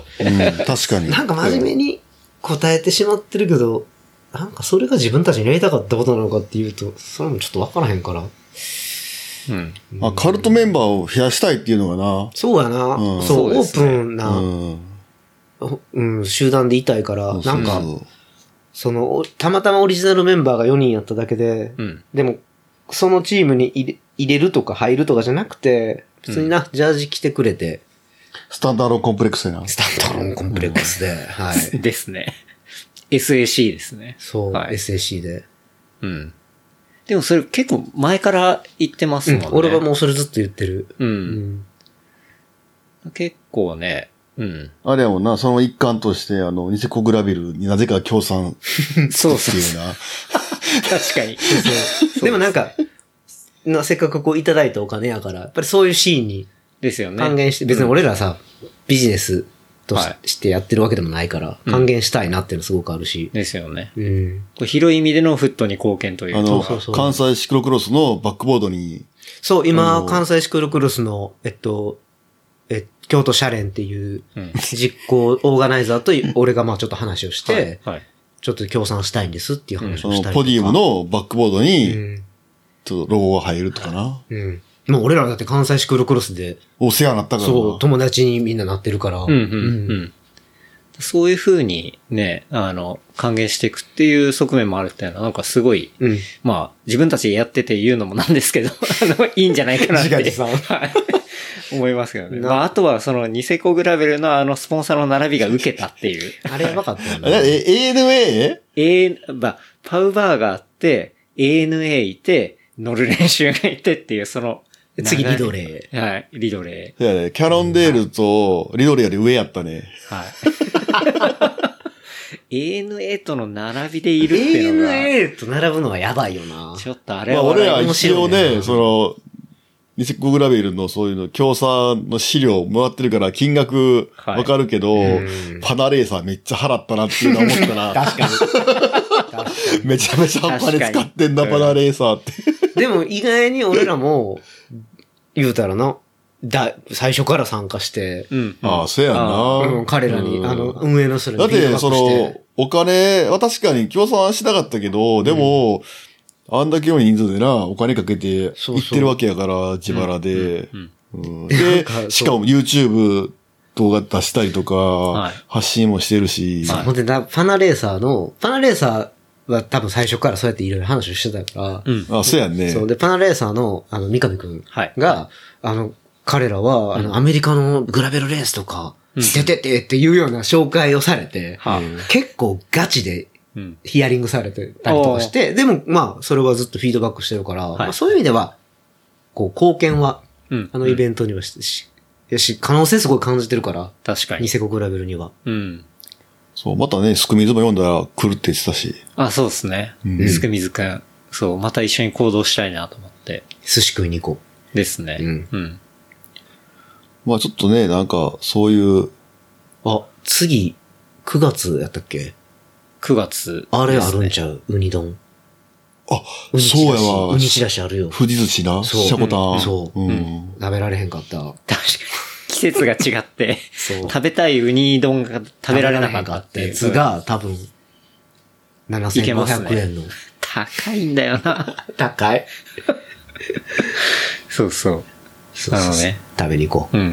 確かに。 なんか真面目に答えてしまってるけど、なんかそれが自分たちにやりたかったことなのかっていうと、それもちょっとわからへんから。 カルトメンバーを増やしたいっていうのがな。 そうやな。そう、オープンな、集団でいたいから、なんか、たまたまオリジナルメンバーが4人やっただけで、でも、そのチームに入れるとか入るとかじゃなくて、普通にな、ジャージ着てくれて。 スタンダードコンプレックスやな。 スタンダードコンプレックスで。はい。 ですね。SAC ですね。 そう、SAC で。 でもそれ結構前から言ってますもんね。 俺はもうそれずっと言ってる。 結構ね、 あれやもんな、その一環として、ニセコグラビルになぜか協賛そうっていうな。 確かに。 でもなんか、せっかくこういただいたお金やから、やっぱりそういうシーンにですよね。 還元して、別に俺らさ、ビジネスとしてやってるわけでもないから、還元したいなっていうのすごくあるし。 ですよね。これ広い意味でのフットに貢献というか。関西シクロクロスのバックボードに。 そう、今、関西シクロクロスの、京都シャレンっていう実行オーガナイザーと俺がまあちょっと話をして、ちょっと協賛したいんですっていう話をしたりとか。 ポディウムのバックボードに、ちょっとロゴが入るとかな。 もう俺らだって関西シクロクロスで。 お世話になったから。 そう、友達にみんななってるから。 そういう風にね、還元していくっていう側面もあるっていうのはなんかすごい、まあ自分たちでやってて言うのもなんですけど、いいんじゃないかなって。思いますけどね。まああとはそのニセコグラベルのスポンサーの並びが受けたっていう。 あれやばかったよね。 ANA？ パウバーがあって、ANA いて、乗る練習がいてっていう、 次リドレー。はい、リドレー。いやね、キャロンデールとリドレーより上やったね。 はい。ANA との並びでいるっていうのが。 ANA と並ぶのはやばいよな。 ちょっとあれは俺ら一応ね、ニセコグラベルのそういうの、協賛の資料もらってるから金額わかるけど、パナレーサーめっちゃ払ったなっていうのは思ったな。 確かに。めちゃめちゃお金使ってんだ、パナレーサーって。 でも意外に俺らも、言うたらな、最初から参加して、 ああ、そうやんな。 彼らに、運営の人にだって、お金は確かに協賛しなかったけど、でも、あんだけ多い人数でな、お金かけて行ってるわけやから、自腹で。で、しかも YouTube 動画出したりとか、発信もしてるし。 ほんでパナレーサーは多分最初からそうやっていろいろ話をしてたから。 そうやんね。 そうで、パナレーサーの、三上くんが、彼らは、アメリカのグラベルレースとか、出ててっていうような紹介をされて、結構ガチで、ヒアリングされてたりとかして、でも、まあ、それはずっとフィードバックしてるから、まあ、そういう意味では、こう、貢献は、イベントにはやし、可能性すごい感じてるから。 確かに。 ニセコグラベルには。 うん。 そう、またね、スクミズも読んだら来るって言ってたし。 あ、そうですね。スクミズくん。そう、また一緒に行動したいなと思って。 寿司食いに行こう。ですね。 うん。 まあちょっとね、なんか、そういう。 あ、次、9月やったっけ ?9 月、 ね。あれあるんちゃうウニ丼。 あ、そうやわ。 ウニチラシあるよ。 富士寿司な。 そう。 シャコタン。 そう。食べられへんかった。 確かに。季節が違って、食べたいウニ丼が食べられなかったってやつが多分、7500円の。 高いんだよな。 高い。 そうそう。 そうなのね。食べに行こう。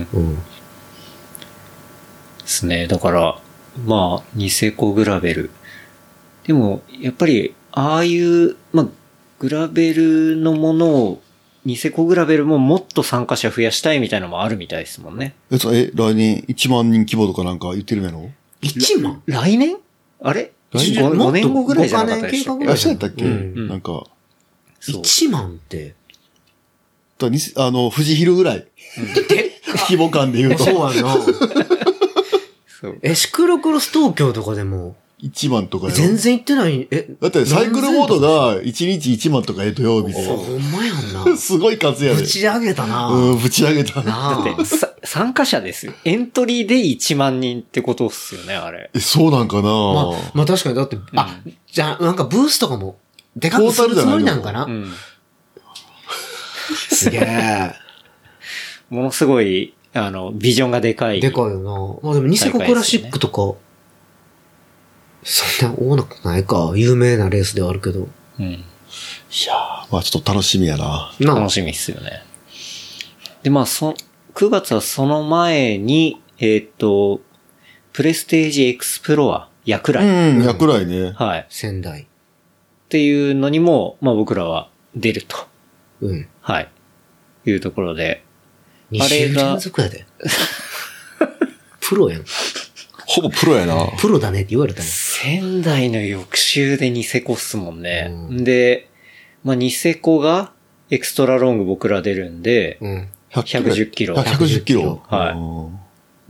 ですね。だから、まあ、ニセコグラベル。でも、やっぱり、ああいう、まあ、グラベルのものを、ニセコグラベルももっと参加者増やしたいみたいなのもあるみたいですもんね。 来年1万人規模とかなんか言ってるやろ ?1 万? 来年あれ 5年後ぐらいじゃなかったでしたっけ？ そうやったっけ、なんか。 1万って。 富士ヒルぐらい。規模感で言うと。 そうやな。シクロクロス東京とかでも。 1万とかやろ。 全然行ってない。 だってサイクルボードが1日1万とか土曜日で。 ほんまやんな。 すごい数やで。 ぶち上げたな。 ぶち上げた。 だって、参加者ですよ。エントリーで1万人ってことっすよね、あれ。 そうなんかなまあ確かに、だって、じゃあ、なんかブースとかも、でかくするつもりなんかな。すげえ。 ものすごい、ビジョンがでかい。 でかいよな。まあでもニセコクラシックとか、そんな多なくないか。有名なレースではあるけど。 いやー、まあちょっと楽しみやな。 楽しみっすよね。で、まあ9月はその前に、プレステージエクスプロア、薬来。 薬来ね。 はい。 仙台。 っていうのにも、まあ僕らは出ると。はい。いうところで。 2週連続やで。プロやん。 ほぼプロやな。 プロだねって言われたの。 仙台の翌週でニセコっすもんね。で、まあ、ニセコがエクストラロング僕ら出るんで、110キロ。 110キロ。 はい。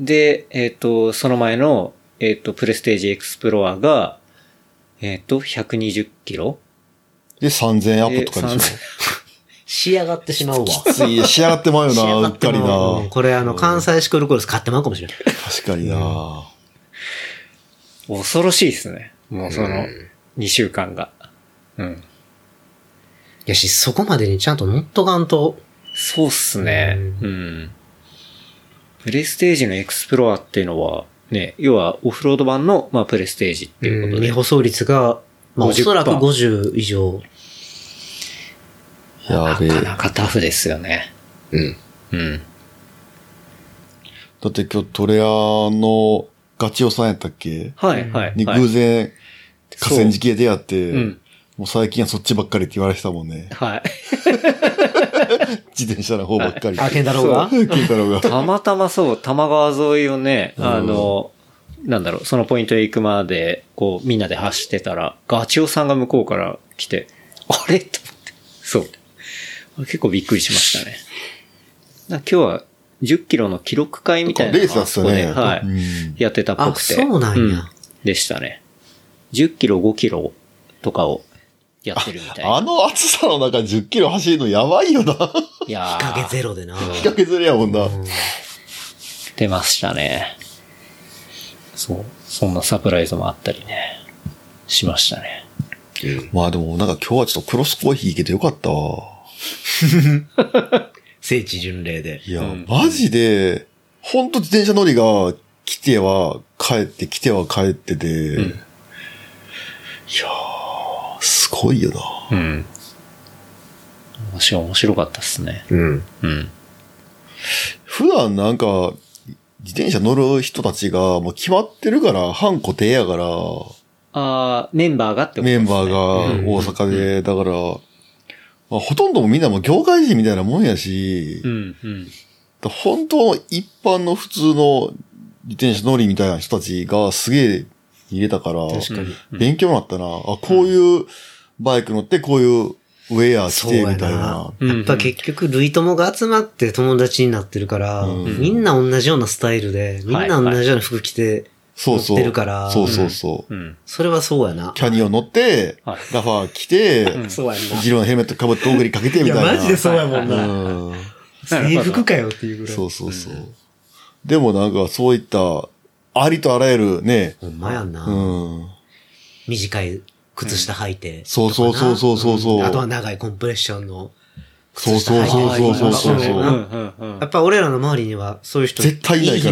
で、その前の、プレステージエクスプロアが、120キロで、3000円アップとかでしょ。 仕上がってしまうわ。 きつい、仕上がってまうよな、うっかりな。 これ関西シクロクロス買ってまうかもしれない。 確かにな。 恐ろしいですね。もうその2週間が。 やし、そこまでにちゃんと乗っとかんと。 そうっすね。プレステージのエクスプロアっていうのは、ね、要はオフロード版の、まあ、プレステージっていうことで。 未舗装率が、まあ、おそらく50以上。 なかなかタフですよね。 だって今日トレアのガチオさんやったっけ？に偶然河川敷で出会って、もう最近はそっちばっかりって言われてたもんね。 はい。 自転車の方ばっかり。 ケンタロウがケンタロウが。 たまたまそう、多摩川沿いをね、なんだろう、そのポイントへ行くまで、こう、みんなで走ってたら、ガチオさんが向こうから来て、あれと思って。そう。結構びっくりしましたね。今日は10キロの記録会みたいなのがレースだったね。 はい。やってたっぽくて。 そうなんや。 でしたね。10キロ、5キロとかをやってるみたいな。 あの暑さの中10キロ走るのやばいよな。 いや日陰ゼロでな。 日陰ゼロやもんな。 出ましたね。そう。そんなサプライズもあったりね。しましたね。 まあでもなんか今日はちょっとクロスコーヒー行けてよかったわ。 聖地巡礼で。 いや、マジで、ほんと自転車乗りが来ては帰って来ては帰ってて、いやー、すごいよな。 面白かったっすね。 普段なんか、自転車乗る人たちがもう決まってるから、半固定やから、 メンバーがってことですね。メンバーが大阪で、だから、まあ、ほとんどもみんなも業界人みたいなもんやし、本当の一般の普通の自転車乗りみたいな人たちがすげえ入れたから、勉強になったな。こういうバイク乗ってこういうウェア着てみたいな。 やっぱ結局、類友が集まって友達になってるから、みんな同じようなスタイルで、みんな同じような服着て、乗ってるから。 そう。 それはそうやな。 キャニオン乗って、ラファー着て、 そうやな。 ジローのヘルメットかぶってオグリかけてみたいな。 いや、マジでそうやもんな。制服かよっていうぐらい。 そう。でもなんかそういった、ありとあらゆるね。 ほんまやんな。短い靴下履いて。 そう。 あとは長いコンプレッションの靴下履いて。 そう。 やっぱ俺らの周りにはそういう人絶対いないから。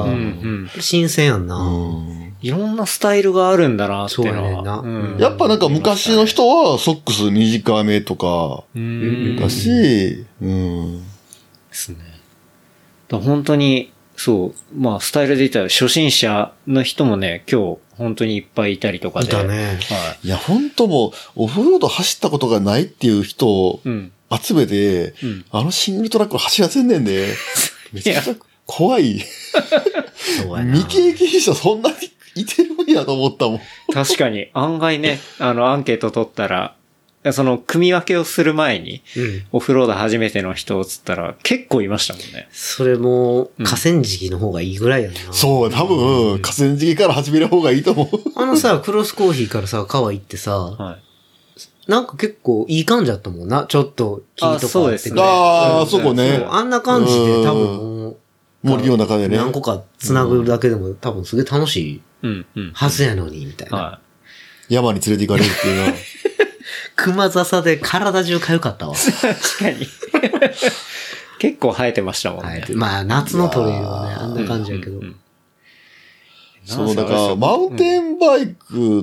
新鮮やんな。 いろんなスタイルがあるんだなっていうのは。 やっぱなんか昔の人はソックス短めとかだし、 ですね。本当に、そう、まあスタイルで言ったら初心者の人もね、今日本当にいっぱいいたりとかで。 いたね。 いや、本当もう、オフロード走ったことがないっていう人を集めて、あのシングルトラックを走らせんねんで、めちゃくちゃ怖い。未経験者そんなにいてるんやと思ったもん。 確かに、案外ね、アンケート取ったら、その、組み分けをする前に、オフロード初めての人をつったら、結構いましたもんね。 それも、河川敷の方がいいぐらいやな。 そう、多分、河川敷から始める方がいいと思う。さ、クロスコーヒーからさ、川行ってさ、なんか結構いい感じだったもんな。ちょっと、木とかあって。 そうですね。 そこね。 あんな感じで多分、 森の中でね。 何個か繋ぐだけでも多分すげえ楽しいはずやのに、みたいな。 山に連れて行かれるっていうのは。 熊笹で体中痒かったわ。 確かに。結構生えてましたもんね。 まあ、夏のトレイルはね、あんな感じやけど。 そう、だから、マウンテンバイクって、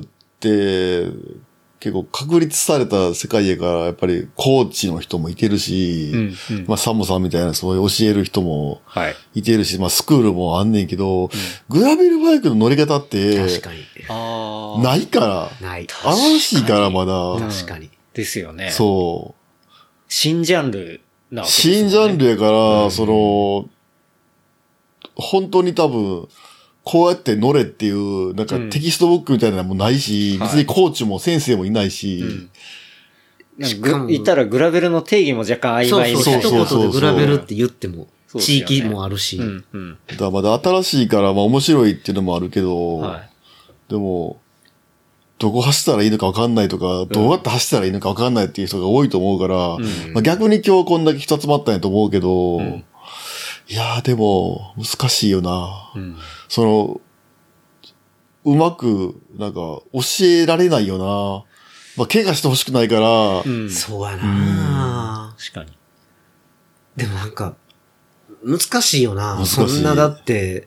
結構確立された世界やから、やっぱりコーチの人もいてるし、まあサモさんみたいなそういう教える人もいてるし、まあスクールもあんねんけど、グラベルバイクの乗り方って、 確かに。 ないから。 ない。 新しいからまだ。 確かに。 ですよね。 そう。 新ジャンルなわけですよね。新ジャンルやから、本当に多分、こうやって乗れっていう、なんかテキストブックみたいなのもないし、別にコーチも先生もいないし。 言ったらグラベルの定義も若干曖昧みたいな。 一言でグラベルって言っても、地域もあるし。 だからまだ新しいから、まあ面白いっていうのもあるけど、でも、どこ走ったらいいのか分かんないとか、どうやって走ったらいいのか分かんないっていう人が多いと思うから、まあ逆に今日こんだけ人集まったんやと思うけど、いやーでも難しいよな。うまく、なんか教えられないよな。まあ怪我してほしくないから。 そうやな。 確かに。 でもなんか、難しいよな。そんなだって、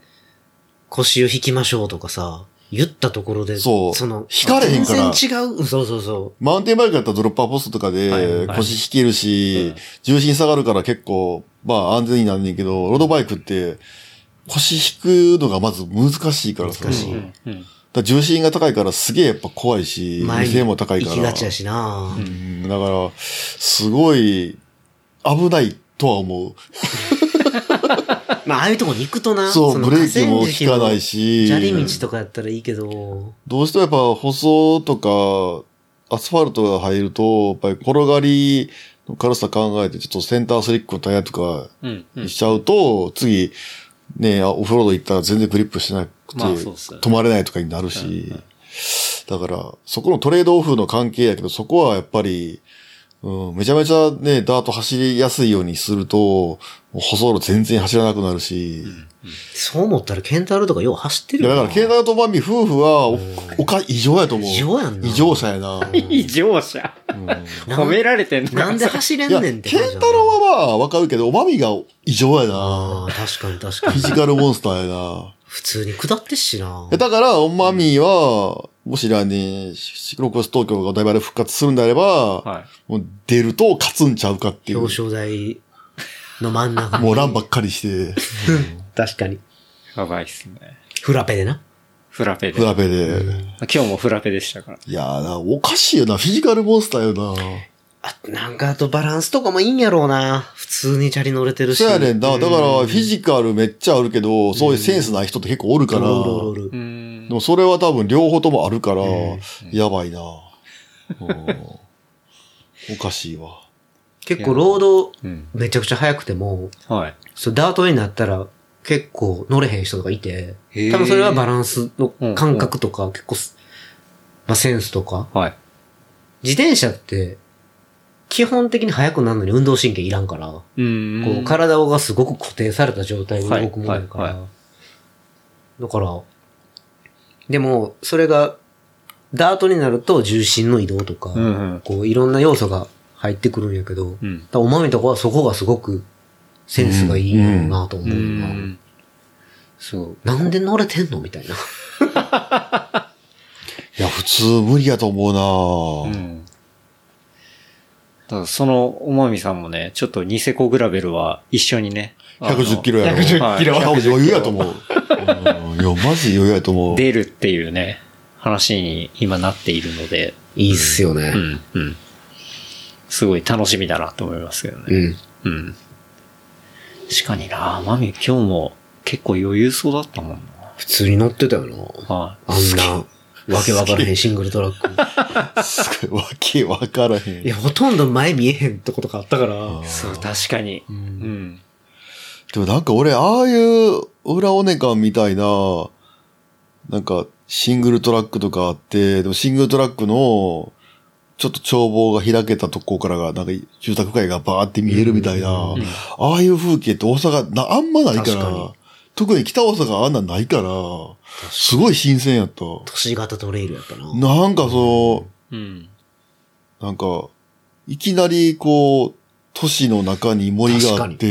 腰を引きましょうとかさ。言ったところで、 引かれへんから。 全然違う。そう。 マウンテンバイクだったらドロッパーポストとかで腰引けるし、重心下がるから結構、まあ安全になるんねんけど、ロードバイクって腰引くのがまず難しいからさ。だ重心が高いからすげえやっぱ怖いし、目線も高いから。 行きがちやしな。 だから、すごい危ないとは思う。 まあ、ああいうとこに行くとな。 そう、ブレーキも効かないし。 砂利道とかやったらいいけど。 どうしてもやっぱ舗装とか、アスファルトが入ると、やっぱり転がりの軽さ考えて、ちょっとセンタースリックのタイヤとかにしちゃうと、次、ね、オフロード行ったら全然グリップしなくて、止まれないとかになるし。だから、そこのトレードオフの関係やけど、そこはやっぱり、めちゃめちゃね、ダート走りやすいようにすると、もう舗装路全然走らなくなるし。 そう思ったらケンタロウとかよう走ってるよな。だからケンタロウとマミ夫婦は、異常やと思う。 異常やんな。 異常者やな。 異常者。褒められてんのなんで走れんねんってケンタロウはまあわかるけど、マミが異常やな。 確かに。 フィジカルモンスターやな。 普通に下ってっしな。 だから、マミーは、もし来年、シクロクロス東京が大バレ復活するんであれば、もう出ると勝つんちゃうかっていう。 表彰台の真ん中に。 もうランばっかりして。 確かに。 やばいっすね。 フラペでな。 フラペで。 今日もフラペでしたから。 いやーおかしいよな。フィジカルモンスターよな。 なんかあとバランスとかもいいんやろうな。普通にチャリ乗れてるし。 そうやねんな。だからフィジカルめっちゃあるけど、そういうセンスない人って結構おるから。でもそれは多分両方ともあるから、やばいな。 おかしいわ。 結構ロードめちゃくちゃ速くても、 はい。 そうダートになったら結構乗れへん人とかいて、多分それはバランスの感覚とか結構、まあセンスとか。 はい。 自転車って基本的に速くなるのに運動神経いらんから、こう体がすごく固定された状態で動くものだから、だから、でもそれがダートになると重心の移動とか、こういろんな要素が入ってくるんやけど、おまみとかはそこがすごくセンスがいいなと思うな。そう。なんで乗れてんのみたいな。 いや、普通無理やと思うな、 だからそのおまみさんもね、ちょっとニセコグラベルは一緒にね。 110キロやろ。 110キロは余裕やと思う。いや、マジ余裕やと思う。 出るっていうね、話に今なっているので。 いいっすよね。 すごい楽しみだなと思いますけどね。確かにな、マミ今日も結構余裕そうだったもんな。 普通に乗ってたよな。あんな、わけわからへんシングルトラック。 すごい、わけわからへん。 いや、ほとんど前見えへんとことかあったから。 そう、確かに。 でもなんか俺、ああいう裏オネカンみたいな、なんかシングルトラックとかあって、でもシングルトラックの、ちょっと眺望が開けたとこからが、なんか住宅街がバーって見えるみたいな、ああいう風景って大阪あんまないから、特に北大阪あんなんないから、すごい新鮮やった。 都市型トレイルやったな。 なんかなんか、いきなりこう、都市の中に森があって、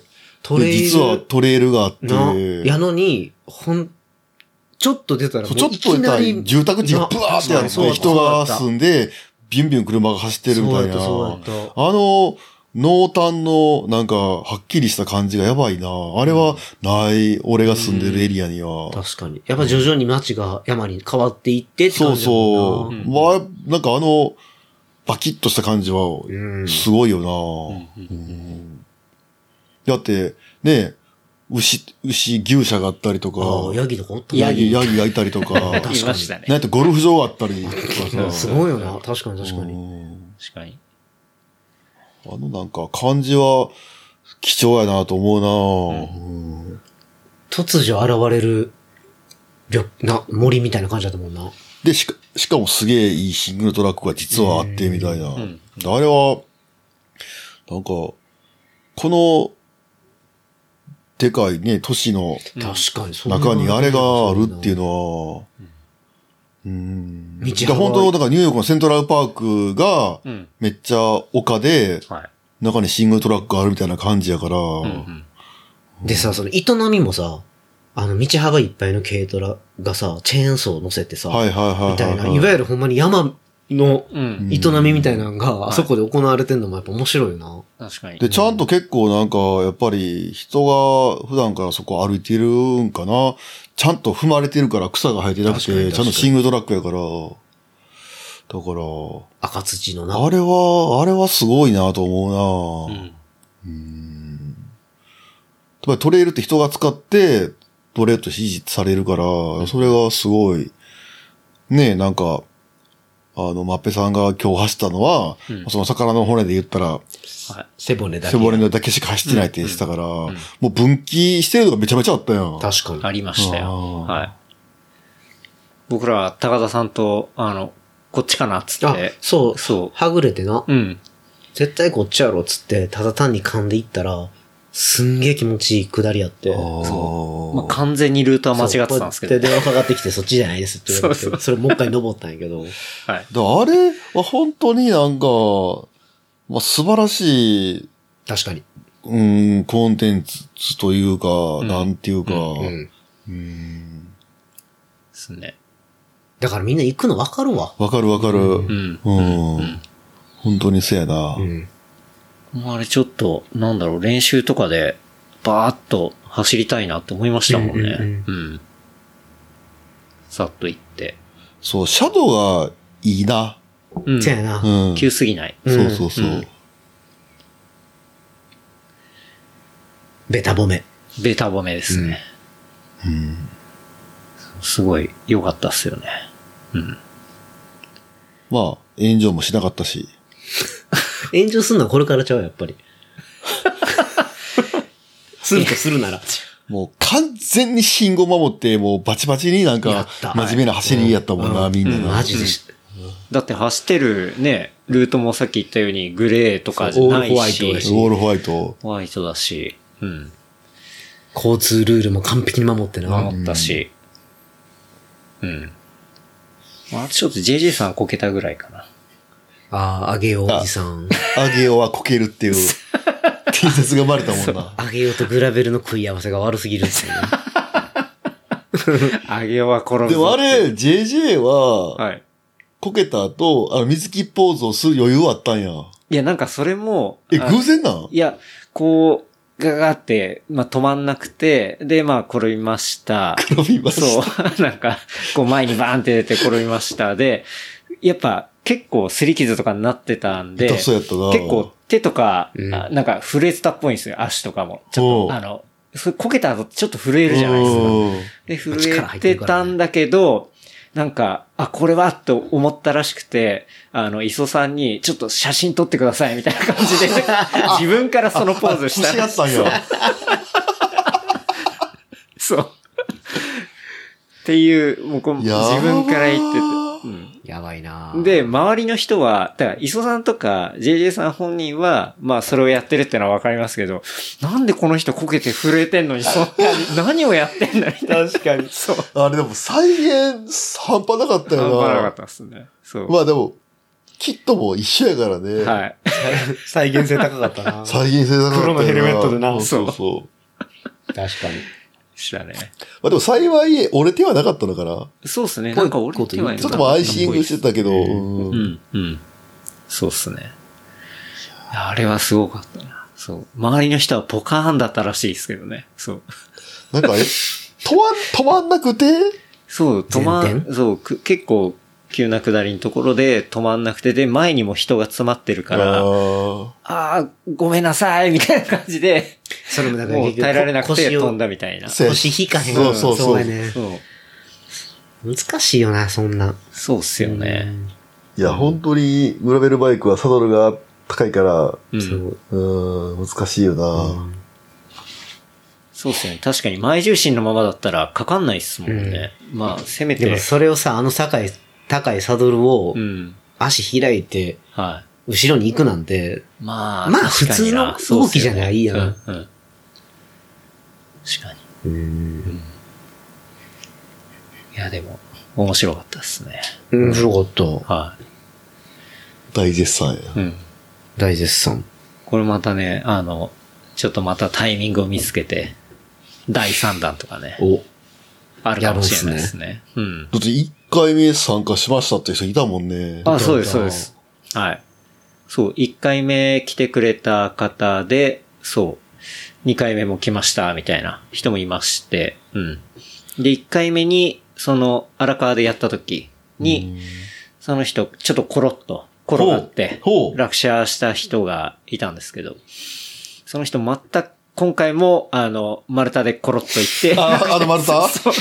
実はトレイルがあって、 やのに、ちょっと出たらちょっと出たら住宅地がブワーってあって人が住んで、ビュンビュン車が走ってるみたいな。濃淡のなんかはっきりした感じがやばいな。あれはない、俺が住んでるエリアには。 確かに。やっぱ徐々に街が山に変わっていってって感じだもんな。そうそう。なんかバキッとした感じは、すごいよな。だって、ね、牛舎があったりとか。 ヤギとかおったヤギがいたりとか。 確かに。なんやってゴルフ場があったりとかさ。 すごいよな。確かに。 確かに。 なんか感じは貴重やなと思うな、 突如現れる森みたいな感じだと思うな。 で、しかもすげえいいシングルトラックが実はあってみたいな。あれは、なんか、この、でかいね、都市の中にあれがあるっていうのは、本当、だからニューヨークのセントラルパークが、めっちゃ丘で、中にシングルトラックがあるみたいな感じやから。 でさ、その営みもさ、道幅いっぱいの軽トラがさ、チェーンソー乗せてさ、みたいな、いわゆるほんまに山の営みみたいなのが、あそこで行われてんのもやっぱ面白いよな。 確かに。 で、ちゃんと結構なんか、やっぱり人が普段からそこ歩いてるんかな。ちゃんと踏まれてるから草が生えてなくて、ちゃんとシングルトラックやから。だから、 赤土のな。 あれはすごいなと思うな。やっぱりトレイルって人が使ってトレイルとして維持されるから、それがすごい、ね、なんか、マッペさんが今日走ったのは、その魚の骨で言ったら、 背骨だけしか走ってないって言ってたから、もう分岐してるのがめちゃめちゃあったやん。 確かに。 ありましたよ。はい。僕らは高田さんと、こっちかなっつって。 そう。はぐれてな。絶対こっちやろっつって、ただ単に噛んでいったら、すんげえ気持ちいい下りやって。 そう。完全にルートは間違ってたんですけど。 で、電話かかってきてそっちじゃないですって言われて。それもう一回登ったんやけど。 はい。 あれは本当になんか、素晴らしい。 確かに。 コンテンツというか、なんていうか。 ですね。 だからみんな行くの分かるわ。 分かる。本当にそうやな。 あれちょっと、練習とかで、バーッと走りたいなって思いましたもんね。さっと行って。 そう、シャドウがいいな。 そうやな。 急すぎない。 そう。 ベタ褒めですね。すごい良かったっすよね。 まあ、炎上もしなかったし。 炎上するのはこれからちゃう、やっぱり。するとするなら。 もう完全に信号守って、もうバチバチになんか、真面目な走りやったもんな、みんなな。 マジで。 だって走ってるね、ルートもさっき言ったようにグレーとかじゃないし。 オールホワイト。 ホワイトだし。うん。 交通ルールも完璧に守ってな。 守ったし。うん。まあ、ちょっと JJ さんこけたぐらいかな。 ああ、あげようおじさん。 あげようはこけるっていう伝説が生まれたもんな。 あげようとグラベルの食い合わせが悪すぎるっていうね。 あげようは転ぶ。 でもあれ、JJ は、 はい。 こけた後、水木ポーズをする余裕あったんや。 いや、なんかそれも。 偶然なん？ いや、こう、ガガって、まあ、止まんなくて、で、まあ、転びました。 転びました。 そう。なんか、こう前にバーンって出て転びました。で、やっぱ結構擦り傷とかになってたんで、 そうやったな。 結構手とか、なんか震えてたっぽいんですよ。足とかも。ちょっと、それこけた後ちょっと震えるじゃないですか。で、震えてたんだけど、なんか、これはと思ったらしくて、磯さんに、ちょっと写真撮ってください、みたいな感じで、自分からそのポーズしたら。 ったんや。 そう。っていう、もう自分から言ってて。うん、 やばいなで、周りの人は、だから、磯さんとか、JJ さん本人は、まあ、それをやってるってのはわかりますけど、なんでこの人こけて震えてんのに、そんなに、何をやってんのに。 確かに。 そう。 あれでも、再現、半端なかったよな。 半端なかったですね。そう。 まあでも、キットも一緒やからね。 はい。 再現性高かったな。 再現性高かった。 黒のヘルメットでな。 そうそう。 確かに。 したね。 まあでも幸い、折れてはなかったのかな。 そうっすね。なんか折れてはちょっともうアイシングしてたけど。 うん。そうっすね。あれはすごかったな。そう。周りの人はポカーンだったらしいですけどね。そう。 なんか止まんなくてそう、そう、結構、急な下りのところで止まんなくて、で、前にも人が詰まってるから、ごめんなさいみたいな感じで、 それもだからもう耐えられなくて飛んだみたいな。 腰引かへん。そうやね。難しいよな、そんな。 そうっすよね。 いや、本当に、グラベルバイクはサドルが高いから、難しいよな。 そうっすね。確かに前重心のままだったらかかんないっすもんね。まあ、せめて。 でもそれをさ、高いサドルを、足開いて、後ろに行くなんて、 まあ普通の動きじゃないやん。 確かに。いや、でも、面白かったですね。 面白かった。 はい。 大絶賛や。 大絶賛。 これまたね、ちょっとまたタイミングを見つけて、第3弾とかね。あるかもしれないですね。 だって1回目参加しましたって人いたもんね。 そうです、そうです。はい。そう、1回目来てくれた方で、そう、2回目も来ました、みたいな人もいまして、で、1回目に、荒川でやった時に、その人、ちょっとコロッと転がって、落車した人がいたんですけど、その人全く、今回も、丸太でコロッと行って。 丸太そう。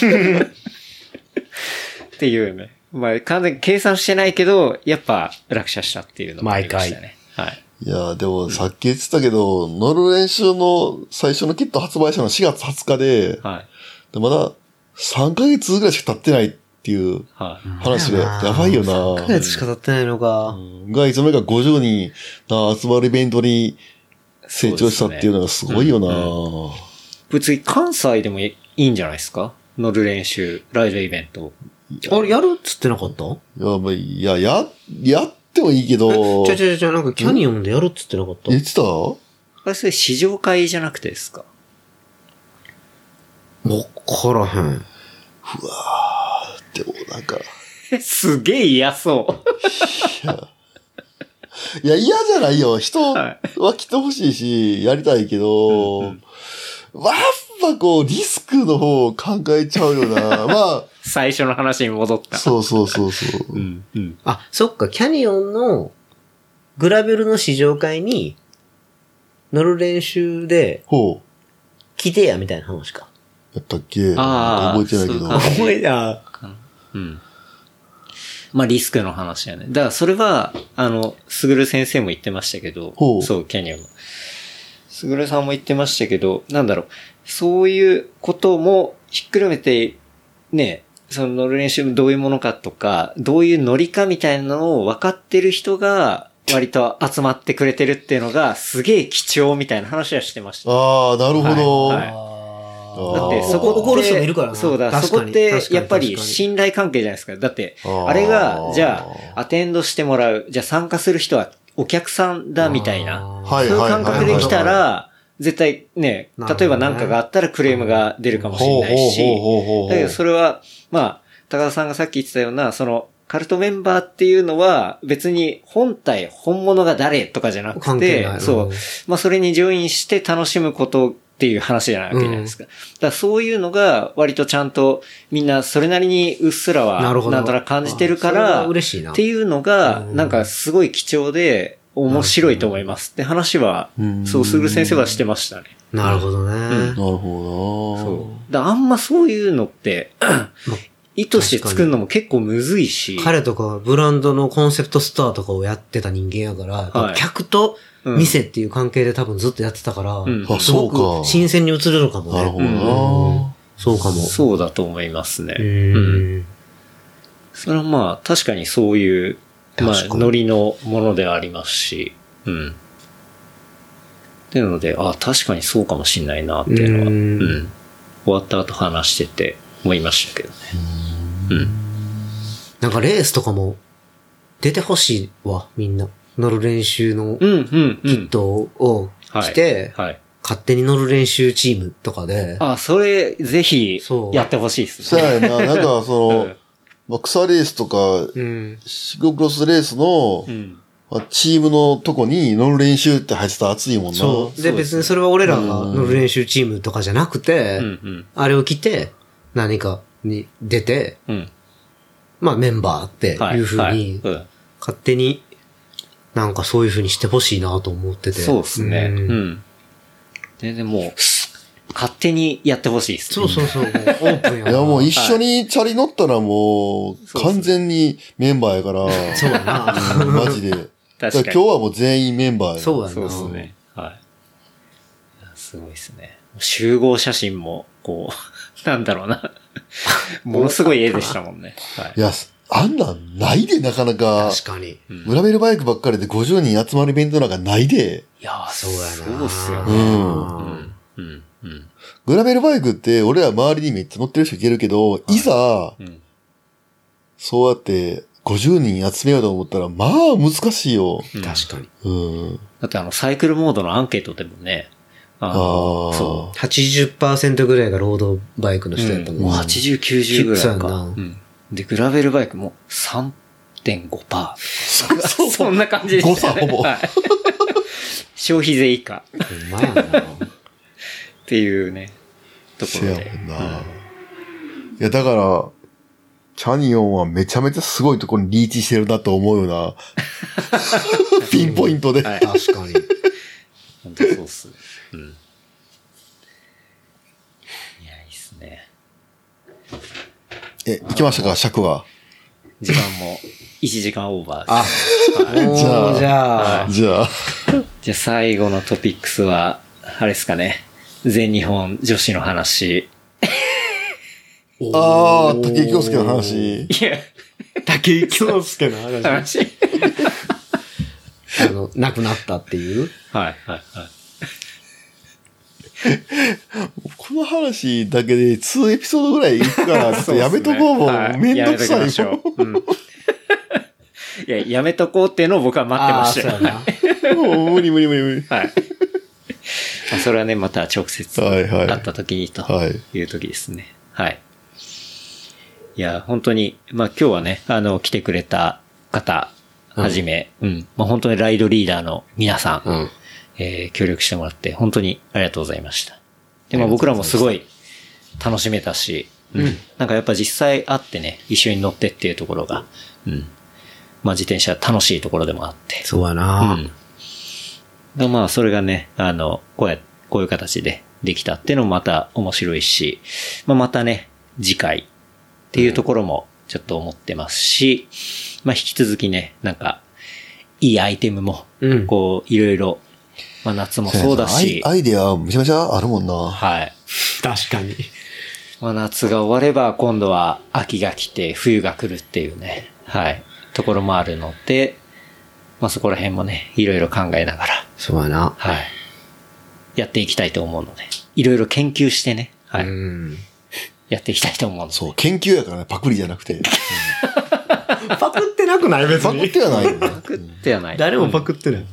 っていうね。まあ、完全に計算してないけど、やっぱ落車したっていうのもありましたね。はい。 いや、でもさっき言ってたけど、乗る練習の最初のキット発売したの4月20日で、でまだ3ヶ月ぐらいしか経ってないっていう話で、やばいよな。 3ヶ月しか経ってないのか。 が、いつの間にか50人集まるイベントに成長したっていうのがすごいよな。 別に関西でもいいんじゃないですか？乗る練習、ライドイベント。 あれ、やるっつってなかった？ やってもいいけど。 なんかキャニオンでやるっつってなかった？ 言ってた？ あれ、それ試乗会じゃなくてですか？ わからへん。 うわー、でもなんか。 すげえ嫌そう。 いや、嫌じゃないよ。人は来てほしいし、やりたいけど、やっぱこう、リスクの方を考えちゃうよな。まあ。 最初の話に戻った。 そう。 そっか、キャニオンのグラベルの試乗会に乗る練習で、来てや、みたいな話か。 やったっけ？覚えてないけど。 覚えた。 まあリスクの話だよね。だからそれは、すぐる先生も言ってましたけど、そう、キャニオンの。すぐるさんも言ってましたけど、なんだろう、そういうこともひっくるめて、ね、その乗る練習どういうものかとか、どういう乗りかみたいなのを分かってる人が、割と集まってくれてるっていうのが、すげえ貴重みたいな話はしてました。 ああ、なるほど。 はいだってそこ怒る人もいるからな。 そうだ、そこってやっぱり信頼関係じゃないですか。だって、あれが、じゃあ、アテンドしてもらう、じゃあ参加する人はお客さんだみたいな、そういう感覚できたら、絶対ね、例えば何かがあったらクレームが出るかもしれないし、だけどそれは、まあ、高田さんがさっき言ってたような、その、カルトメンバーっていうのは別に本物が誰とかじゃなくて、そう。まあそれにジョインして楽しむことっていう話じゃないわけじゃないですか。だからそういうのが割とちゃんとみんなそれなりにうっすらはなんとなく感じてるから、っていうのがなんかすごい貴重で面白いと思いますって話は、そう、すぐる先生はしてましたね。 なるほどね。なるほど。 そう。だあんまそういうのって、意図して作るのも結構むずいし。 彼とかブランドのコンセプトストアとかをやってた人間やから、客と店っていう関係で多分ずっとやってたから、すごく新鮮に映るのかもね。 なるほどな。 そうかも。 そうだと思いますね。それはまあ確かにそういう、まあノリのものではありますし、っていうので、確かにそうかもしんないなっていうのは、終わった後話してて思いましたけどね。 なんかレースとかも出てほしいわ、みんな。乗る練習のキットを着て、勝手に乗る練習チームとかで。 それぜひやってほしいですね。 そうやな。なんかその、草レースとか、シクロクロスレースの、チームのとこに乗る練習って入ってたら熱いもんな。 そう。で、別にそれは俺らが乗る練習チームとかじゃなくて、あれを着て、何かに出て、まあメンバーっていう風に、勝手になんかそういう風にしてほしいなと思ってて。 そうですね。全然もう、勝手にやってほしいですね。そう。オープンやな。 いやもう一緒にチャリ乗ったらもう、完全にメンバーやから。 そうやな。 マジで。今日はもう全員メンバーや。 そうやな。 そうですね。はい。すごいですね。集合写真も、こう、なんだろうな。ものすごい絵でしたもんね。 いや、あんなんないで、なかなか。 確かに。 グラベルバイクばっかりで50人集まるイベントなんかないで。 いや、そうやな。 そうっすよね。 グラベルバイクって俺ら周りにめっちゃ乗ってる人いけるけど、いざ、そうやって50人集めようと思ったら、まあ難しいよ。 確かに。 だってサイクルモードのアンケートでもね、 そう。80% ぐらいがロードバイクの人やったもん。 もう80、90ぐらいか。で、グラベルバイクも 3.5%。そんな感じでしたね。 誤差ほぼ。 消費税以下。 ほんまやな。 っていうね、ところで。 いや、だから、キャニオンはめちゃめちゃすごいところにリーチしてるなと思うよな。ピンポイントで。 確かに。 本当そうっす。いや、いいっすね。 行きましたか、尺は。 時間も1時間オーバーです。じゃあ最後のトピックスは、あれですかね。全日本女子の話。 武井京介の話。 いや、 武井京介の話。亡くなったっていう。 はい。 この話だけで2エピソードぐらいいくからってやめとこうもん。めんどくさいよ。 いや、やめとこうっていうのを僕は待ってましたよ。 もう無理。 はい。それはね、また直接会った時にという時ですね。はい。いや、本当に、まあ今日はね、来てくれた方、はじめ、まあ本当にライドリーダーの皆さん、協力してもらって本当にありがとうございました。で、まあ僕らもすごい楽しめたし、なんかやっぱ実際会ってね、一緒に乗ってっていうところが、まあ自転車楽しいところでもあって。 そうやな。 まあそれがね、こういう形でできたっていうのもまた面白いし、まあまたね、次回っていうところもちょっと思ってますし、まあ引き続きね、なんか、いいアイテムも、こう、いろいろ、まあ夏もそうだし。 アイデアめちゃめちゃあるもんな。 はい。 確かに。 まあ夏が終われば今度は秋が来て冬が来るっていうね、はい、ところもあるので、まあそこら辺もね、いろいろ考えながら。 そうやな。 はい。やっていきたいと思うので、いろいろ研究してね、はい。やっていきたいと思うので。 そう、研究やからね、パクリじゃなくて。 パクってなくない別に。 パクってはないよね。 パクってはない。 誰もパクってない。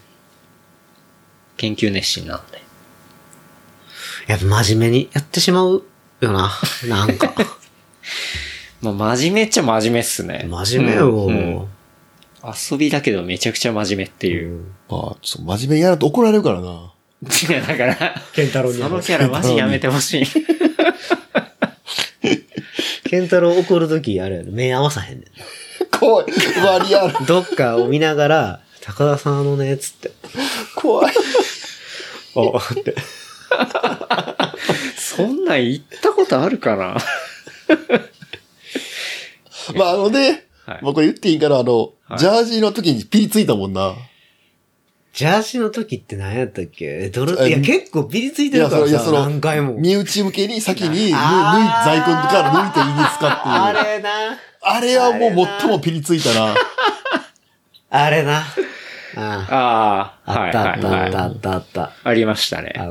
研究熱心なんで。 やっぱ真面目にやってしまうよな。なんか。 まあ真面目っちゃ真面目っすね。 真面目よ、 遊びだけどめちゃくちゃ真面目っていう。 まあ、真面目にやると怒られるからな。 いや、だから、 ケンタロウにそのキャラマジやめてほしい。 ケンタロウ怒るとき、あれ、目合わさへんねん。 怖い。リアル。 どっかを見ながら、高田さんね、つって。 怖い。 おって。 そんなん言ったことあるかなまあね、 はい、 まあこれ言っていいから、ジャージの時にピリついたもんな。 ジャージの時って何やったっけいや、結構ピリついてるからさ、何回も。 身内向けに先に在庫から抜いていいですかっていう。 あれな。 あれはもう最もピリついたな。 あれな。 あった。ありましたね。 あった。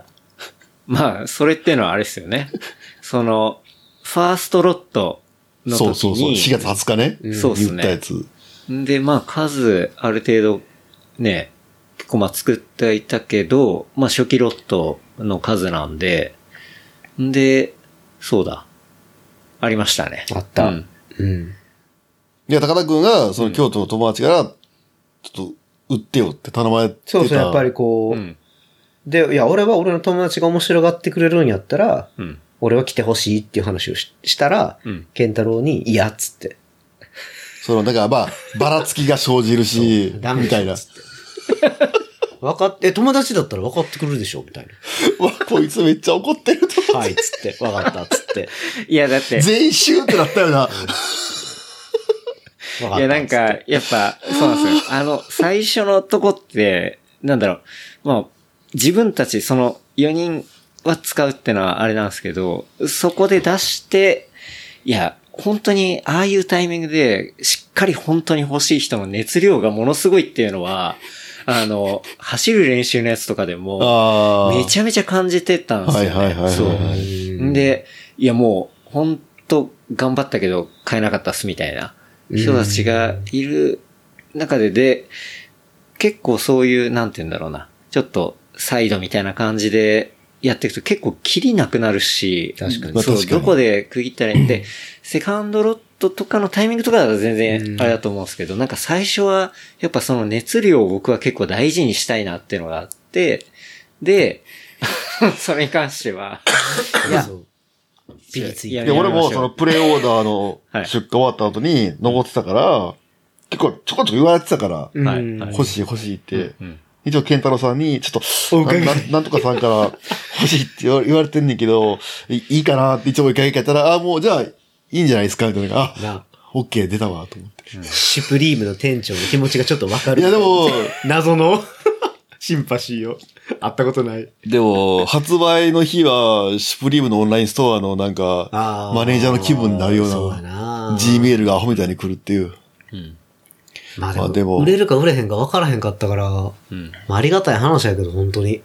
まあ、それっていうのはあれですよね。その、ファーストロットの時に。 そう。4月20日ね。 そうですね。 言ったやつ。 で、まあ、数、ある程度、ね、結構まあ作っていたけど、まあ初期ロットの数なんで、で、そうだ。ありましたね。 あった。 いや、高田くんが、その京都の友達から、ちょっと、売ってよって頼まれてた。 そう、やっぱりこう、で、いや、俺は俺の友達が面白がってくれるんやったら、俺は来てほしいっていう話をしたら、ケンタロウに、いやっつって。 だからまあ、ばらつきが生じるし、みたいな。 分かって、友達だったら分かってくるでしょみたいな。 わ、こいつめっちゃ怒ってると思って。 はい、つって。分かった、つって。 いや、だって。 全員シューってなったよな。 いや、なんか、やっぱ、そうなんですよ。最初のとこって、なんだろう。まあ、自分たち、その4人は使うってのはあれなんですけど、そこで出して、いや、本当に、ああいうタイミングで、しっかり本当に欲しい人の熱量がものすごいっていうのは、走る練習のやつとかでも、めちゃめちゃ感じてたんですよね。そう。で、いやもう、本当頑張ったけど、買えなかったっすみたいな人たちがいる中で、結構そういう、なんて言うんだろうな、ちょっとサイドみたいな感じで、やっていくと結構キリなくなるし、 確かに。 そう、どこで区切ったらいいんで、セカンドロットとかのタイミングとかだと全然あれだと思うんですけど、なんか最初は、やっぱその熱量を僕は結構大事にしたいなっていうのがあって、で、それに関しては、いや、 ピリついて。 いや、俺もそのプレイオーダーの出荷終わった後に残ってたから、結構ちょこちょこ言われてたから、欲しいって。一応、ケンタロウさんに、ちょっと、なんとかさんから欲しいって言われてんねんけど、いいかなって一応追いかけたら、もうじゃあ、いいんじゃないですかみたいな。オッケー出たわ、と思って。 シュプリームの店長の気持ちがちょっとわかる。 いや、でも、 謎のシンパシーを。会ったことない。 でも、発売の日は、シュプリームのオンラインストアのなんか、マネージャーの気分になるような、G メールがアホみたいに来るっていう。 まあでも、売れるか売れへんか分からへんかったから、まあありがたい話やけど、本当に。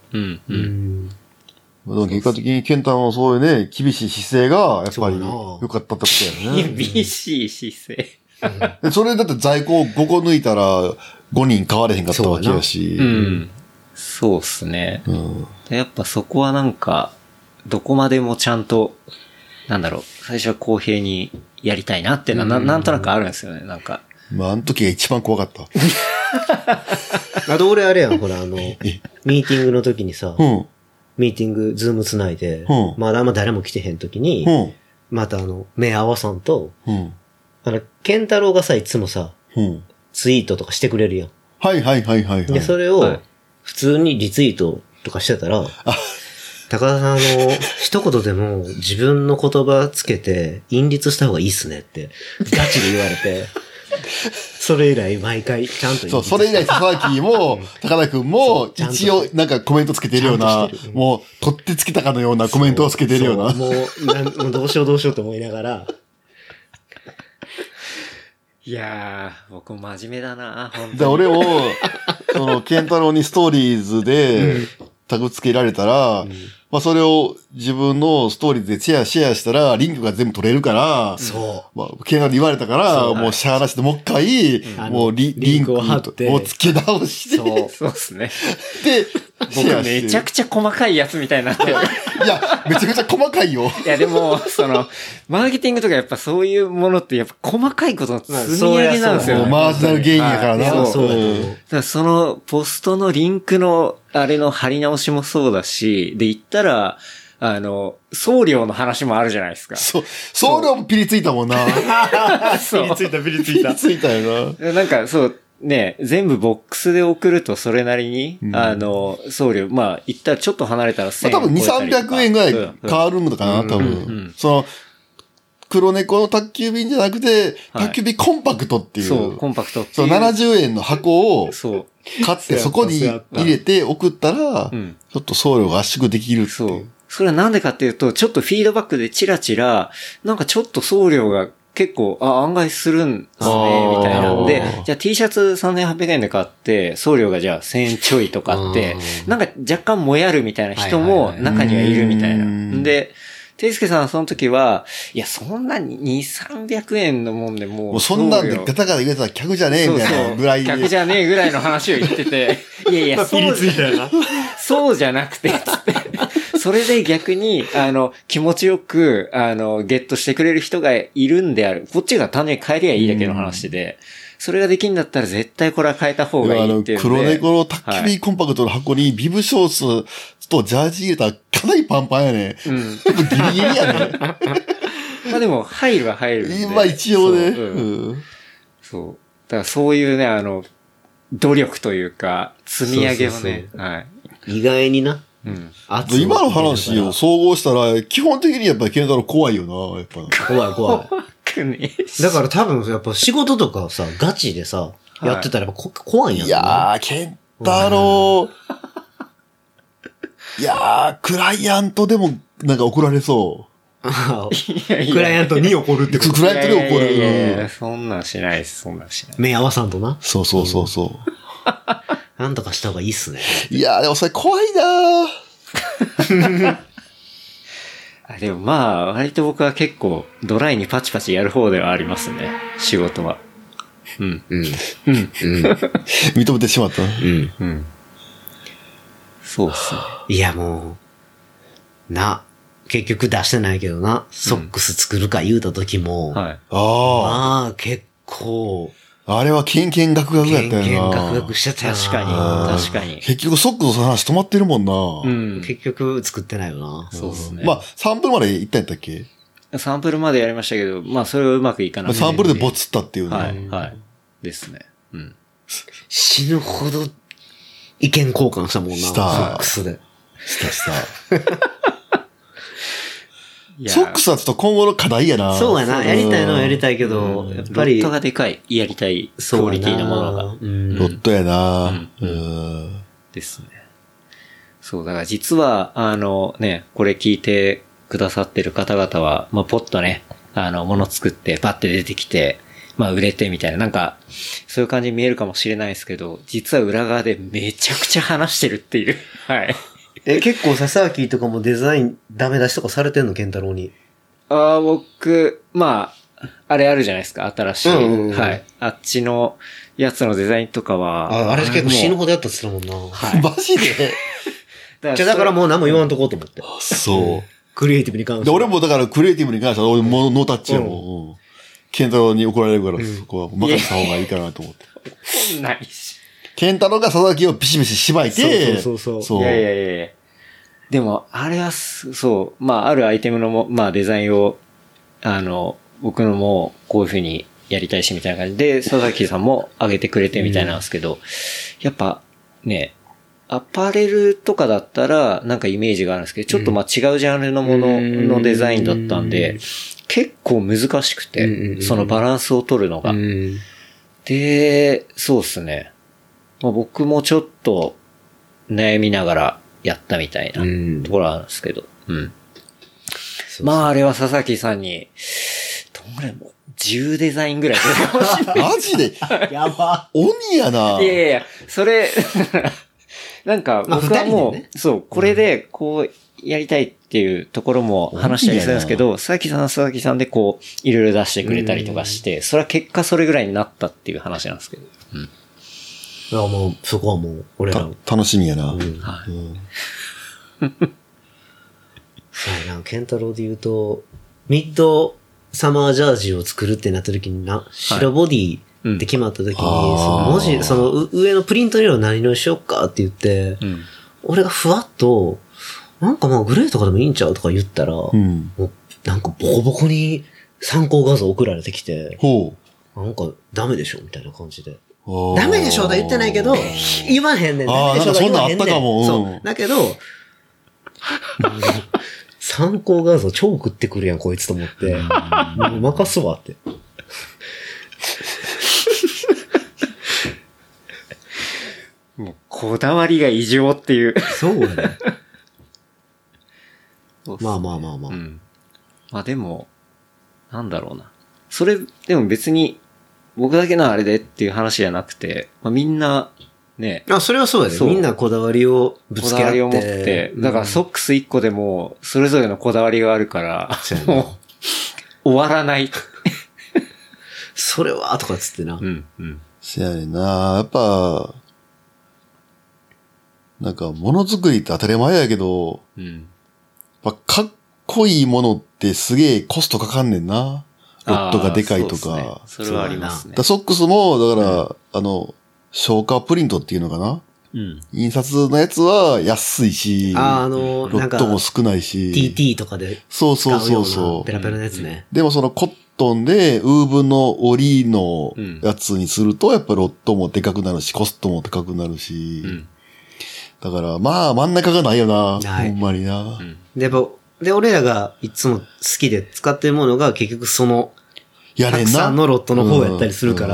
結果的にケンタのそういうね、厳しい姿勢が、やっぱり良かったってことやね。 厳しい姿勢。 それだって在庫5個抜いたら5人買われへんかったわけやし。 そうっすね。やっぱそこはなんか、どこまでもちゃんと、なんだろう、最初は公平にやりたいなっていうのはなんとなくあるんですよね、なんか。 まあ、あの時が一番怖かった。 あと俺あれやん、ほらミーティングの時にさ、ミーティング、ズームつないで、まだ誰も来てへん時に、また目合わさんと、ケンタロウがさ、いつもさ、ツイートとかしてくれるやん。 はい。 で、それを、普通にリツイートとかしてたら、 高田さん一言でも自分の言葉つけて、韻律した方がいいっすねって、ガチで言われて、それ以来毎回ちゃんとそう、それ以来佐々木も、高田くんも、一応なんかコメントつけてるような、もう、取ってつけたかのようなコメントをつけてるような。 もうどうしようと思いながら。 いやー、僕真面目だな、本当に。 で、俺も、ケンタロウにストーリーズで、タグつけられたら、まあそれを自分のストーリーでシェアしたら、リンクが全部取れるから、 そう。 まあ、ケンタロウに言われたから、もうシャーなしでもう一回、もうリンクを貼ってを付け直して、 そうですね。 で、 僕めちゃくちゃ細かいやつみたいになってる。 いや、めちゃくちゃ細かいよ。 いや、でも、マーケティングとかやっぱそういうものってやっぱ細かいことの積み上げなんですよね。 マージナルゲインやからな。 そう。だからそのポストのリンクのあれの貼り直しもそうだし、で言ったら、送料の話もあるじゃないですか。 そう。送料もピリついたもんな。 そう。 ピリついた。 ピリついたよな。なんかそう、ね、全部ボックスで送るとそれなりに、送料、まあ、言ったらちょっと離れたら1000円。 多分2、300円ぐらい変わるのかな、多分。黒猫の宅急便じゃなくて、宅急便コンパクトっていう。 そう、コンパクトっていう。 そう、70円の箱を買ってそこに入れて送ったら、ちょっと送料が圧縮できるっていう。 そう。それはなんでかっていうと、ちょっとフィードバックでチラチラ、なんかちょっと送料が結構、案外するんですね、みたいなんで、じゃあ T シャツ3800円で買って、送料がじゃあ1000円ちょいとかって、なんか若干もやるみたいな人も中にはいるみたいな。で、ていすけさんはその時は、いや、そんなに2、300円のもんでもうそんなんでガタガタ言えたら客じゃねえみたいなぐらいで。 客じゃねえぐらいの話を言ってて、いやいや、そうじゃなくて、つって。それで逆に、気持ちよく、ゲットしてくれる人がいるんである。こっちが単純に変えりゃいいだけの話で、それができんだったら絶対これは変えた方がいいっていう黒猫の宅急便コンパクトの箱にビブショーツとジャージ入れたらかなりパンパンやね。ギリギリやね。 まあでも、入るは入るんで。 まあ一応ね。 そう。だからそういうね、努力というか、積み上げをね。はい。 意外にな。 今の話を総合したら、基本的にやっぱりケンタロウ怖いよな、やっぱ。 怖い。だから多分やっぱ仕事とかさ、ガチでさ、やってたらやっぱ怖いんやん。 いやー、ケンタロウ。いやー、クライアントでもなんか怒られそう。 クライアントに怒るってこと。 クライアントに怒る。 いやそんなんしないです、そんなんしない。 目合わさんとな。 そう。 なんとかした方がいいっすね。 いやー、でもそれ怖いなー。 でもまあ、割と僕は結構ドライにパチパチやる方ではありますね。仕事は。 認めてしまった。 そうっすね。 いやもう、結局出してないけどな、ソックス作るか言うた時も、まあ結構、 あれはケンケンガクガクやったよな。ケンケンガクガクしてたよな。確かに。 結局ソックスの話止まってるもんな。 結局作ってないよな。 そうですね。 まあ、サンプルまで行ったんやったっけ？ サンプルまでやりましたけど、まあそれはうまくいかなくて。 サンプルでボツったっていうね。はい。ですね。 死ぬほど意見交換したもんな。ソックスで。 した。ソックスはちょっと今後の課題やな。 そうやな。やりたいのはやりたいけど、やっぱり。 ロットがでかい。やりたいクオリティのものが。ロットやな。 ですね。そう、だから実は、これ聞いてくださってる方々は、まあ、ポッとね、もの作ってバッて出てきて、まあ、売れてみたいな、なんか、そういう感じに見えるかもしれないですけど、実は裏側でめちゃくちゃ話してるっていう。はい。 結構佐々木とかもデザインダメ出しとかされてんの、ケンタロウに。 僕、まあ、あれあるじゃないですか、新しい。はい。あっちのやつのデザインとかは。 あれ結構死ぬほどやったって言ってたもんな。 はい。マジでだからもう何も言わんとこうと思って。 そう。 クリエイティブに関して。 俺もだからクリエイティブに関しては俺もノータッチやもん。ケンタロウに怒られるから、そこは任せた方がいいかなと思って。 怒んないし。 ケンタロウが佐々木をビシビシ縛いて。 そう。 いや。でも、あれは、そう、まあ、あるアイテムのも、まあ、デザインを、僕のも、こういう風にやりたいし、みたいな感じで、佐々木さんも上げてくれてみたいなんですけど、やっぱ、ね、 アパレルとかだったらなんかイメージがあるんですけど、ちょっとまあ違うジャンルのもののデザインだったんで、結構難しくて、そのバランスを取るのが。で、そうですね。まあ、僕もちょっと悩みながらやったみたいなところあるんですけど。まああれは佐々木さんに、どれも10デザインぐらい出るかもしれない。 マジでやば。 鬼やな。 いやいや、それ、なんか僕はもう、そう、これでこうやりたいっていうところも話したりするんですけど、佐々木さんでこう、いろいろ出してくれたりとかして、それは結果それぐらいになったっていう話なんですけど。 いや、もう、そこはもう、俺ら楽しみやな。 はい。 そうやな、ケンタロウで言うと、ミッドサマージャージを作るってなった時に白ボディって決まった時に、その文字、その上のプリント色何色にしよっかって言って、俺がふわっと、なんかまあグレーとかでもいいんちゃうとか言ったら、もうなんかボコボコに参考画像送られてきて、なんかダメでしょみたいな感じで。ダメでしょとは言ってないけど、言わへんねん。 ああ、なんかそんなんあったかも。 そう。だけど、参考画像超送ってくるやん、こいつと思って。もう任すわって。 もう、こだわりが異常っていう。 そうやね。まあ。 まあでも、なんだろうな。それ、でも別に、僕だけのあれでっていう話じゃなくて、まあ、みんな、ね。 それはそうやね。みんなこだわりをぶつけ合って。 こだわりを持って。だからソックス1個でも、それぞれのこだわりがあるから、もう、終わらない。 それは、とかつってな。 せやねんな。やっぱ、なんか、ものづくりって当たり前やけど、やっぱかっこいいものってすげえコストかかんねんな。ロットがでかいとか。 それはありますね。 ソックスも、だから、消化プリントっていうのかな。印刷のやつは安いし、ロットも少ないし。 TT とかで使うようなペラペラのやつね。 でもそのコットンでウーブの織りのやつにすると、やっぱロットもでかくなるし、コストも高くなるし。だから、まあ真ん中がないよな。ほんまにな。 で、俺らがいつも好きで使ってるものが結局その、たくさんのロットの方やったりするから、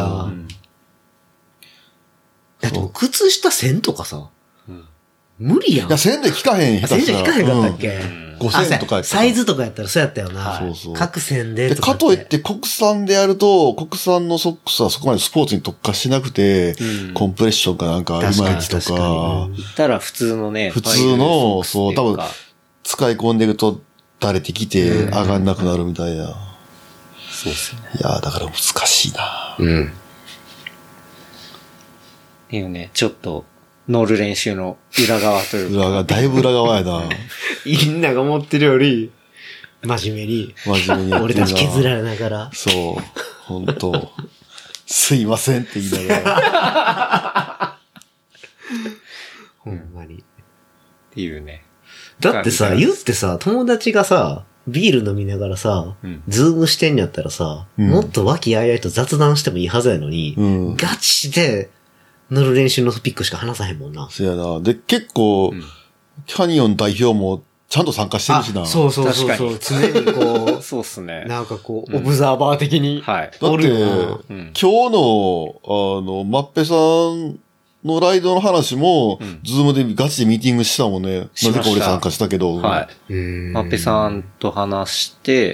だって靴下1000とかさ、無理やん。 いや、1000で効かへん。 1000で効かへんかったっけ 5000とかやった。 サイズとかやったらそうやったよな。 そうそう。 各線でとか。 かといって国産でやると、国産のソックスはそこまでスポーツに特化しなくて、コンプレッションかなんかいまいちとか。 たら普通のね、 普通の、そう、多分、使い込んでいくと、垂れてきて上がんなくなるみたいな。 そうですね。 いやだから難しいな。 っていうね、ちょっと、乗る練習の裏側というか。 だいぶ裏側やな。 みんなが思ってるより、真面目に。俺たち削られながら。 そう。本当すいませんって言いながら。 ほんまに。 っていうね。 だってさ、言ってさ、友達がさ、ビール飲みながらさ、ズームしてんやったらさ、もっと和気あいあいと雑談してもいいはずやのに、ガチで乗る練習のトピックしか話さへんもんな。 そうやな。で、結構、キャニオン代表もちゃんと参加してるしな。 そう。常にこう、 そうっすね。 なんかこう、オブザーバー的に。 はい。 だって、今日の、マッペさんのライドの話も、ズームでガチでミーティングしたもんね。なぜか俺参加したけど。 はい。マッペさんと話して、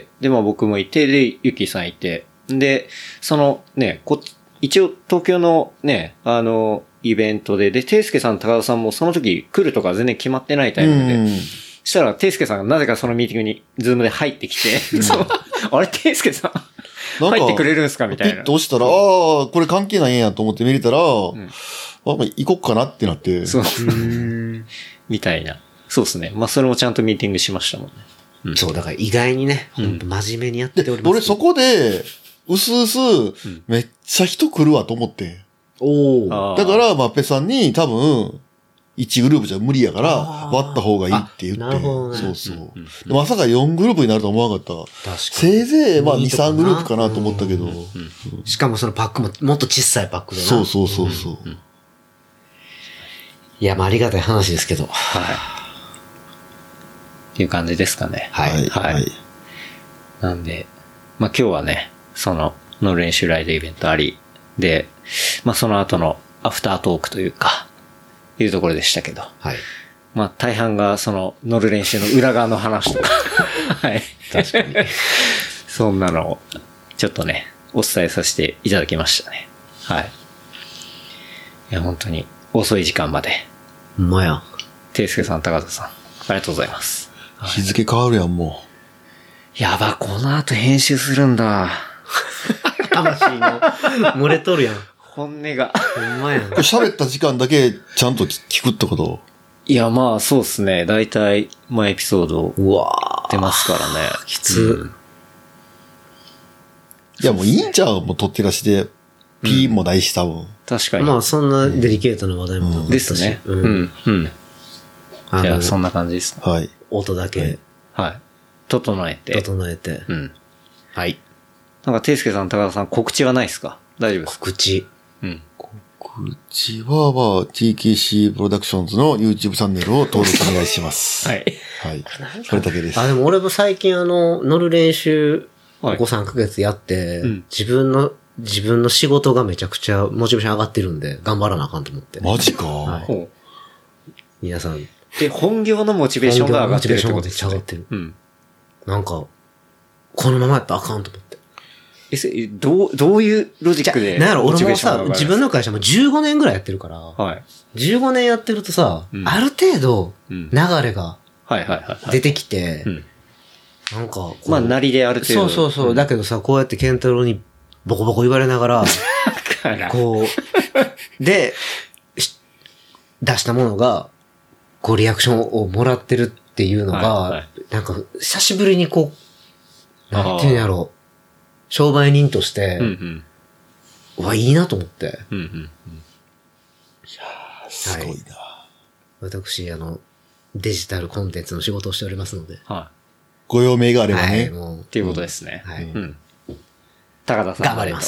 で、まあ僕もいて、で、ゆきさんいて。で、そのね、一応東京のね、イベントで、で、ていすけさん、高田さんもその時来るとか全然決まってないタイミングで。したら、ていすけさんがなぜかそのミーティングに、ズームで入ってきて、そう。あれ、ていすけさん、入ってくれるんすかみたいな。 ピッと押したら、ああ、これ関係ないんやと思って見れたら、行こっかなってなって。 そう。みたいな。そうですね。まあ、それもちゃんとミーティングしましたもんね。 そう、だから意外にね、ほんと真面目にやっております。 俺そこで、うすうす、めっちゃ人来るわと思って。だから、マッペさんに多分、1グループじゃ無理やから、割った方がいいって言って。 なるほどね。 そうそう。まさか4グループになるとは思わなかった。確かに。せいぜい、まあ2、3グループかなと思ったけど。 しかもそのパックももっと小さいパックでな。 そう。 いや、まあありがたい話ですけど。 はい。っていう感じですかね。 はい。 はい。 なんで、まあ今日はね、その、乗る練習ライドイベントあり、で、まあその後のアフタートークというか、いうところでしたけど。 はい。 まあ大半がその乗る練習の裏側の話とか。はい。 確かに。 そんなのを、ちょっとね、お伝えさせていただきましたね。はい。いや、本当に遅い時間まで。 ほんまや。 ていすけさん、高田さん、ありがとうございます。 日付変わるやん、もう。やば、この後編集するんだ。 魂の漏れとるやん。 本音が。 ほんまやん。 喋った時間だけちゃんと聞くってこと？ いや、まあ、そうっすね。だいたい、まあ、エピソード、出ますからね。 きつ。 いや、もういいんちゃう？もう取ってらして、ピーもないし、多分。 確かに。 まあ、そんなデリケートな話題もなったし。 ですね。うん。じゃあ、そんな感じですね。 はい。 音だけ。 はい。整えて。うん。 はい。 なんか、ていすけさん、高田さん、告知はないですか？大丈夫ですか？ 告知。 うん。 告知は、まあ、TKC プロダクションズの YouTube チャンネルを登録お願いします。 はい。 はい。それだけです。 でも俺も最近乗る練習、ここ3ヶ月やって、自分の仕事がめちゃくちゃモチベーション上がってるんで、頑張らなあかんと思って。 マジか。 はい。皆さん。 で、本業のモチベーションが上がってるってことですね。 モチベーションがめっちゃ上がってる。うん。なんか、このままやったらあかんと思って。 どういうロジックで？ なんやろ、俺もさ、自分の会社も15年ぐらいやってるから、 はい。 15年やってるとさ、ある程度、流れが、出てきて、なんか、 まあ、なりである程度。そう。だけどさ、こうやってケンタロウにボコボコ言われながら、こう、で、出したものが、こうリアクションをもらってるっていうのが、なんか、久しぶりにこう、なんていうんやろう、商売人として、いいなと思って。いやー、すごいな。 私、デジタルコンテンツの仕事をしておりますので。 ご用命があればね。 っていうことですね。 はい。 高田さん。 頑張ります。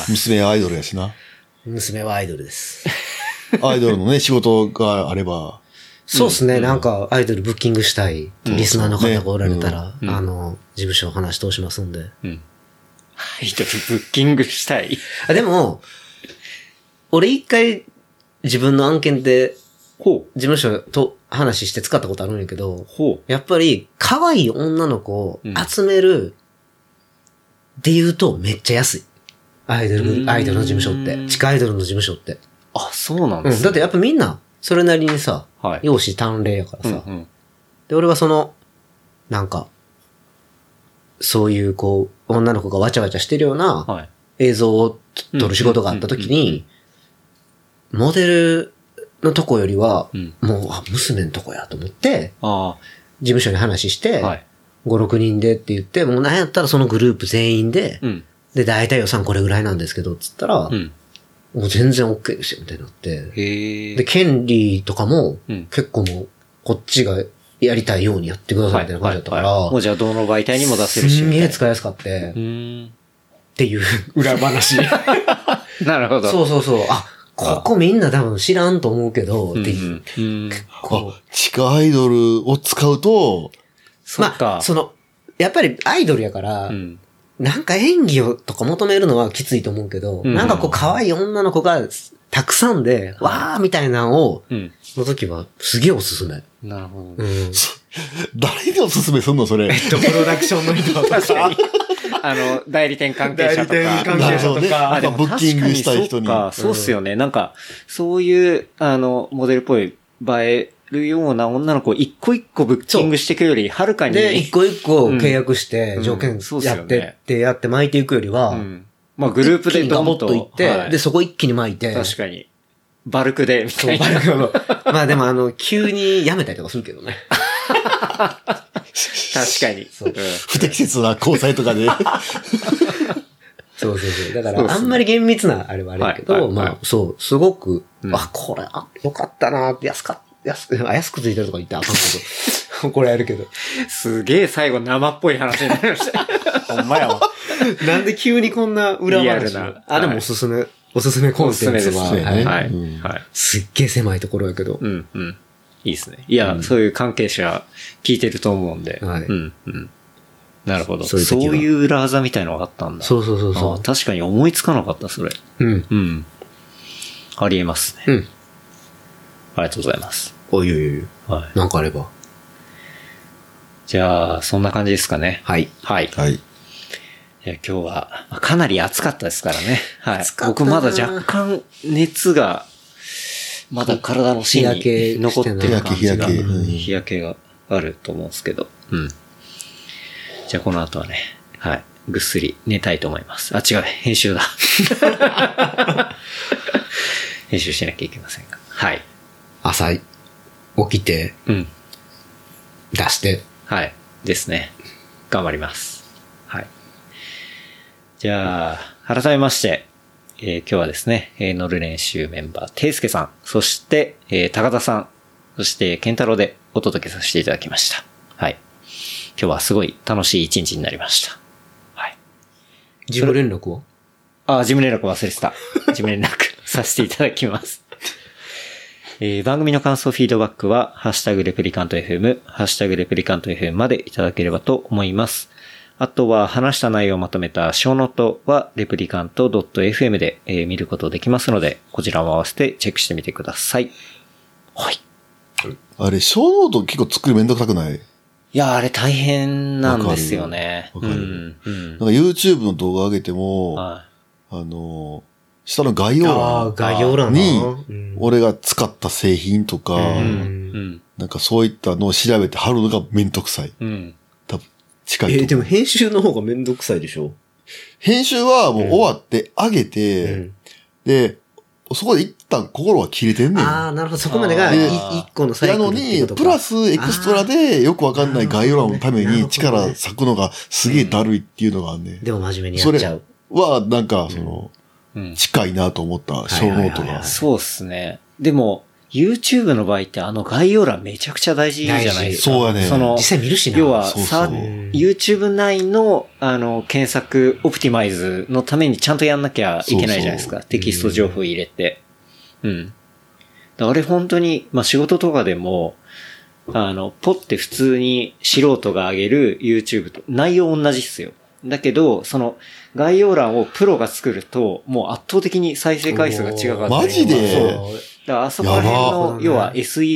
娘はアイドルやしな。 娘はアイドルです。 アイドルのね、仕事があれば。 そうですね。なんか、アイドルブッキングしたい、リスナーの方がおられたら、事務所を話通しますんで。 アイドルブッキングしたい。 でも、俺一回自分の案件で、事務所と話して使ったことあるんやけど、やっぱり可愛い女の子を集めるって言うとめっちゃ安い。アイドルの事務所って。地下アイドルの事務所って。 あ、そうなんですね。だってやっぱみんな、それなりにさ、容姿端麗やからさ。で、俺はなんか、そういうこう、女の子がわちゃわちゃしてるような映像を撮る仕事があった時に、モデルのとこよりは、もう、娘のとこやと思って、事務所に話して、5、6人でって言って、もうなんやったらそのグループ全員で、で、大体予算これぐらいなんですけど、つったら、もう全然 OK ですよ、みたいになって。で、権利とかも、結構もう、こっちがやりたいようにやってくださいみたいな感じだったから。 もうじゃあどの媒体にも出せるし。 すんげえ使いやすかって。っていう裏話。 なるほど。 そう。ここみんな多分知らんと思うけど、っていう。 地下アイドルを使うと、 まあ、やっぱりアイドルやから、なんか演技をとか求めるのはきついと思うけど、なんかこう可愛い女の子がたくさんで、わーみたいなのを、の時はすげえおすすめ。 なるほど。誰におすすめすんのそれ。 プロダクションの人とか。 代理店関係者とか。 代理店関係者とか。 ブッキングしたい人に。 そうっすよね。なんか、そういう、モデルっぽい映えるような女の子を一個一個ブッキングしていくより、はるかに。 で、一個一個契約して、条件やって巻いていくよりは、 まあグループでドンといって、で、そこ一気に巻いて。 確かに。バルクで、みたいな。 まあでも急に辞めたりとかするけどね。 確かに。 不適切な交際とかで。 そう。だから、あんまり厳密なあれはあれだけど、まあ、そう、すごく、これ、よかったな安くついてるとか言ってあかんけど、これやるけど。 すげえ最後生っぽい話になりました。ほんまやわ。 なんで急にこんな裏話な。 でもおすすめ。 おすすめコンテンツは。 おすすめですね。 はい。 はい。 はい。すっげえ狭いところやけど。 うん。いいですね。いや、そういう関係者聞いてると思うんで。 はい。 なるほど。そういう裏技みたいのがあったんだ。 そう。 確かに思いつかなかった、それ。ありえますね。ありがとうございます。 おい。はい。なんかあれば。 じゃあ、そんな感じですかね。 はい。 いや、今日は、かなり暑かったですからね。はい。僕まだ若干熱が、まだ体の芯に残ってる感じが、日焼けがあると思うんですけど。じゃあこの後はね、はい。ぐっすり寝たいと思います。違う、編集だ。編集しなきゃいけませんが。はい。 朝、起きて、出して。 はい。ですね。頑張ります。はい。じゃあ、改めまして、今日はですね、乗る練習メンバー、ていすけさん、そして、高田さん、そして、健太郎でお届けさせていただきました。はい。今日はすごい楽しい一日になりました。はい。 事務連絡は？ 事務連絡忘れてた。事務連絡させていただきます。番組の感想、フィードバックは、ハッシュタグレプリカント FM、ハッシュタグレプリカント FM までいただければと思います。あとは、話した内容をまとめた小ノートは、レプリカント .fm で、見ることできますので、こちらも合わせてチェックしてみてください。はい。 あれ、小ノート結構作るめんどくさくない？ いや、あれ大変なんですよね。 わかる。なんか YouTube の動画上げても、下の概要欄に、俺が使った製品とか、なんかそういったのを調べて貼るのがめんどくさい。多分、近いと思う。 でも編集の方がめんどくさいでしょ？ 編集はもう終わって上げて、で、そこで一旦心は切れてんねん。 なるほど。そこまでが一個のサイクルってことか。 なのに、プラスエクストラでよくわかんない概要欄のために力割くのがすげえだるいっていうのがあんねん。 でも真面目にやっちゃう。 それは、なんか、近いなと思った、小ノートが。 そうっすね。でも、YouTube の場合って概要欄めちゃくちゃ大事じゃないですか。 そうやね。 実際見るしな。 要は、YouTube 内の、検索、オプティマイズのためにちゃんとやんなきゃいけないじゃないですか。テキスト情報入れて。あれ本当に、仕事とかでも、ポって普通に素人が上げる YouTube と内容同じっすよ。だけど、その概要欄をプロが作ると、もう圧倒的に再生回数が違かったり。 マジで？ そう。だからあそこら辺の、要は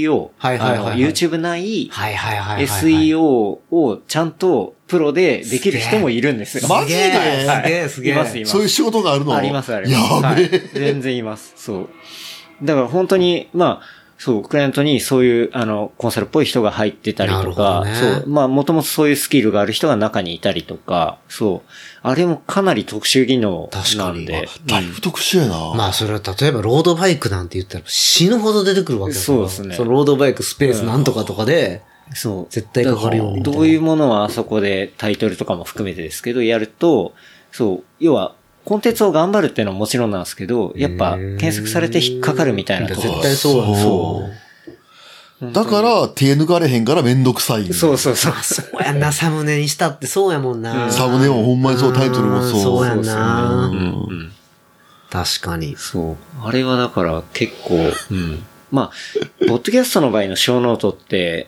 SEO、YouTube 内、SEO をちゃんとプロでできる人もいるんですよ。 マジで？ すげえ。います。 そういう仕事があるの？ あります。 やべえ。 全然います。そう。だから本当に、そう、クライアントにそういう、コンサルっぽい人が入ってたりとか、そう、もともとそういうスキルがある人が中にいたりとか、そう、あれもかなり特殊技能なんで。 だいぶ特殊やな。 それは例えばロードバイクなんて言ったら死ぬほど出てくるわけだから。 そうですね。 そのロードバイクスペースなんとかとかで、 そう。 絶対かかるように。 どういうものはあそこでタイトルとかも含めてですけど、やると、そう、要は、コンテンツを頑張るっていうのはもちろんなんですけど、やっぱ検索されて引っかかるみたいなところ。 絶対そうだ。そう。 だから、手抜かれへんからめんどくさい。 そう。 そうやんな、サムネにしたってそうやもんな。 サムネもほんまにそう、タイトルもそう。 そうやんな。確かに。 そう。あれはだから結構、ポッドキャストの場合の小ノートって、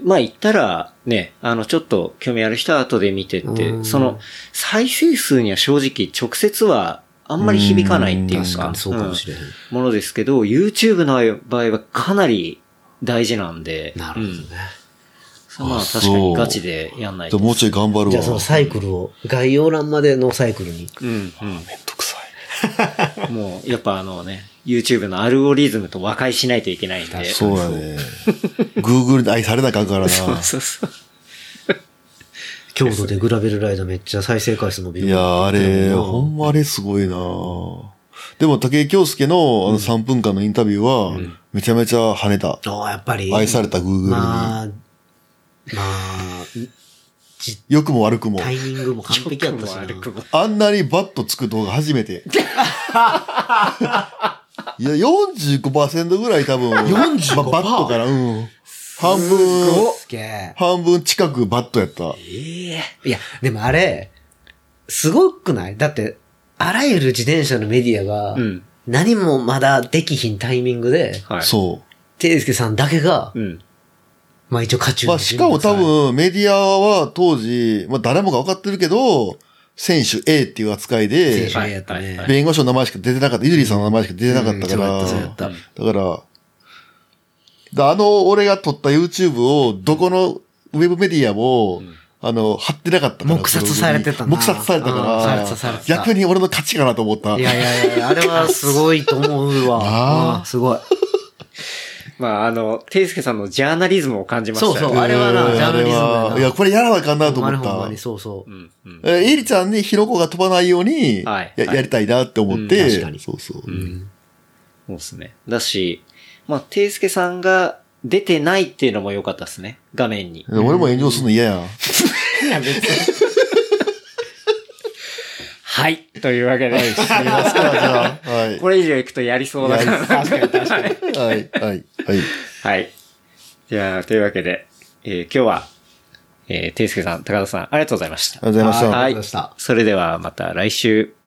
言ったらね、ちょっと興味ある人は後で見てって、その、再生数には正直直接はあんまり響かないっていうか、 そうかもしれない。 ものですけど、YouTube の場合はかなり大事なんで。 なるほどね。 確かにガチでやんないと。 もうちょい頑張るわ。 じゃあそのサイクルを、概要欄までのサイクルに。 めんどくさい。もう、やっぱYouTube のアルゴリズムと和解しないといけないんで。 そうだね。Google で愛されなあかんからな。 そう。 京都でグラベルライドめっちゃ再生回数伸びる。 いや、あれ、ほんまあれすごいな。でも、武井京介の3分間のインタビューは、めちゃめちゃ跳ねた。 やっぱり。 愛された Google に。良くも悪くも。 タイミングも完璧やったしな。 あんなにバットつく動画初めて。いや、45% ぐらい多分。 45%？ バットから、半分近くバットやった。 いや、でもあれ、すごくない？だって、あらゆる自転車のメディアが、 何もまだできひんタイミングで、 はい。 そう。 ていすけさんだけが、 うん。 まあ一応渦中まあしかも多分メディアは当時、まあ誰もが分かってるけど、選手 A っていう扱いで、 選手 A やったね。 弁護士の名前しか出てなかった、ゆりさんの名前しか出てなかったから、 そうやった。 だから、俺が撮った YouTube をどこのウェブメディアも、貼ってなかったから。 黙殺されてたな。 黙殺されたから、逆に俺の勝ちかなと思った。 いや、あれはすごいと思うわ。すごい。 まあ、ていすけさんのジャーナリズムを感じましたね。 そう、あれはな、ジャーナリズムやな。 いや、これやらなあかんなと思った。 ほんまにそうそう。 エリちゃんにヒロコが飛ばないように、やりたいなって思って。 確かに。 そうそう。 そうですね。だし、まあ、ていすけさんが出てないっていうのも良かったですね。画面に。 俺も炎上するの嫌や。 いや、別に。はい。というわけで。はい、 知りますか、じゃあ。はい。 これ以上行くとやりそうだから。 確かに。 はい、はい、はい。 はい。じゃあ、というわけで、今日は、ていすけさん、高田さん、ありがとうございました。 ありがとうございました。 はい。それではまた来週。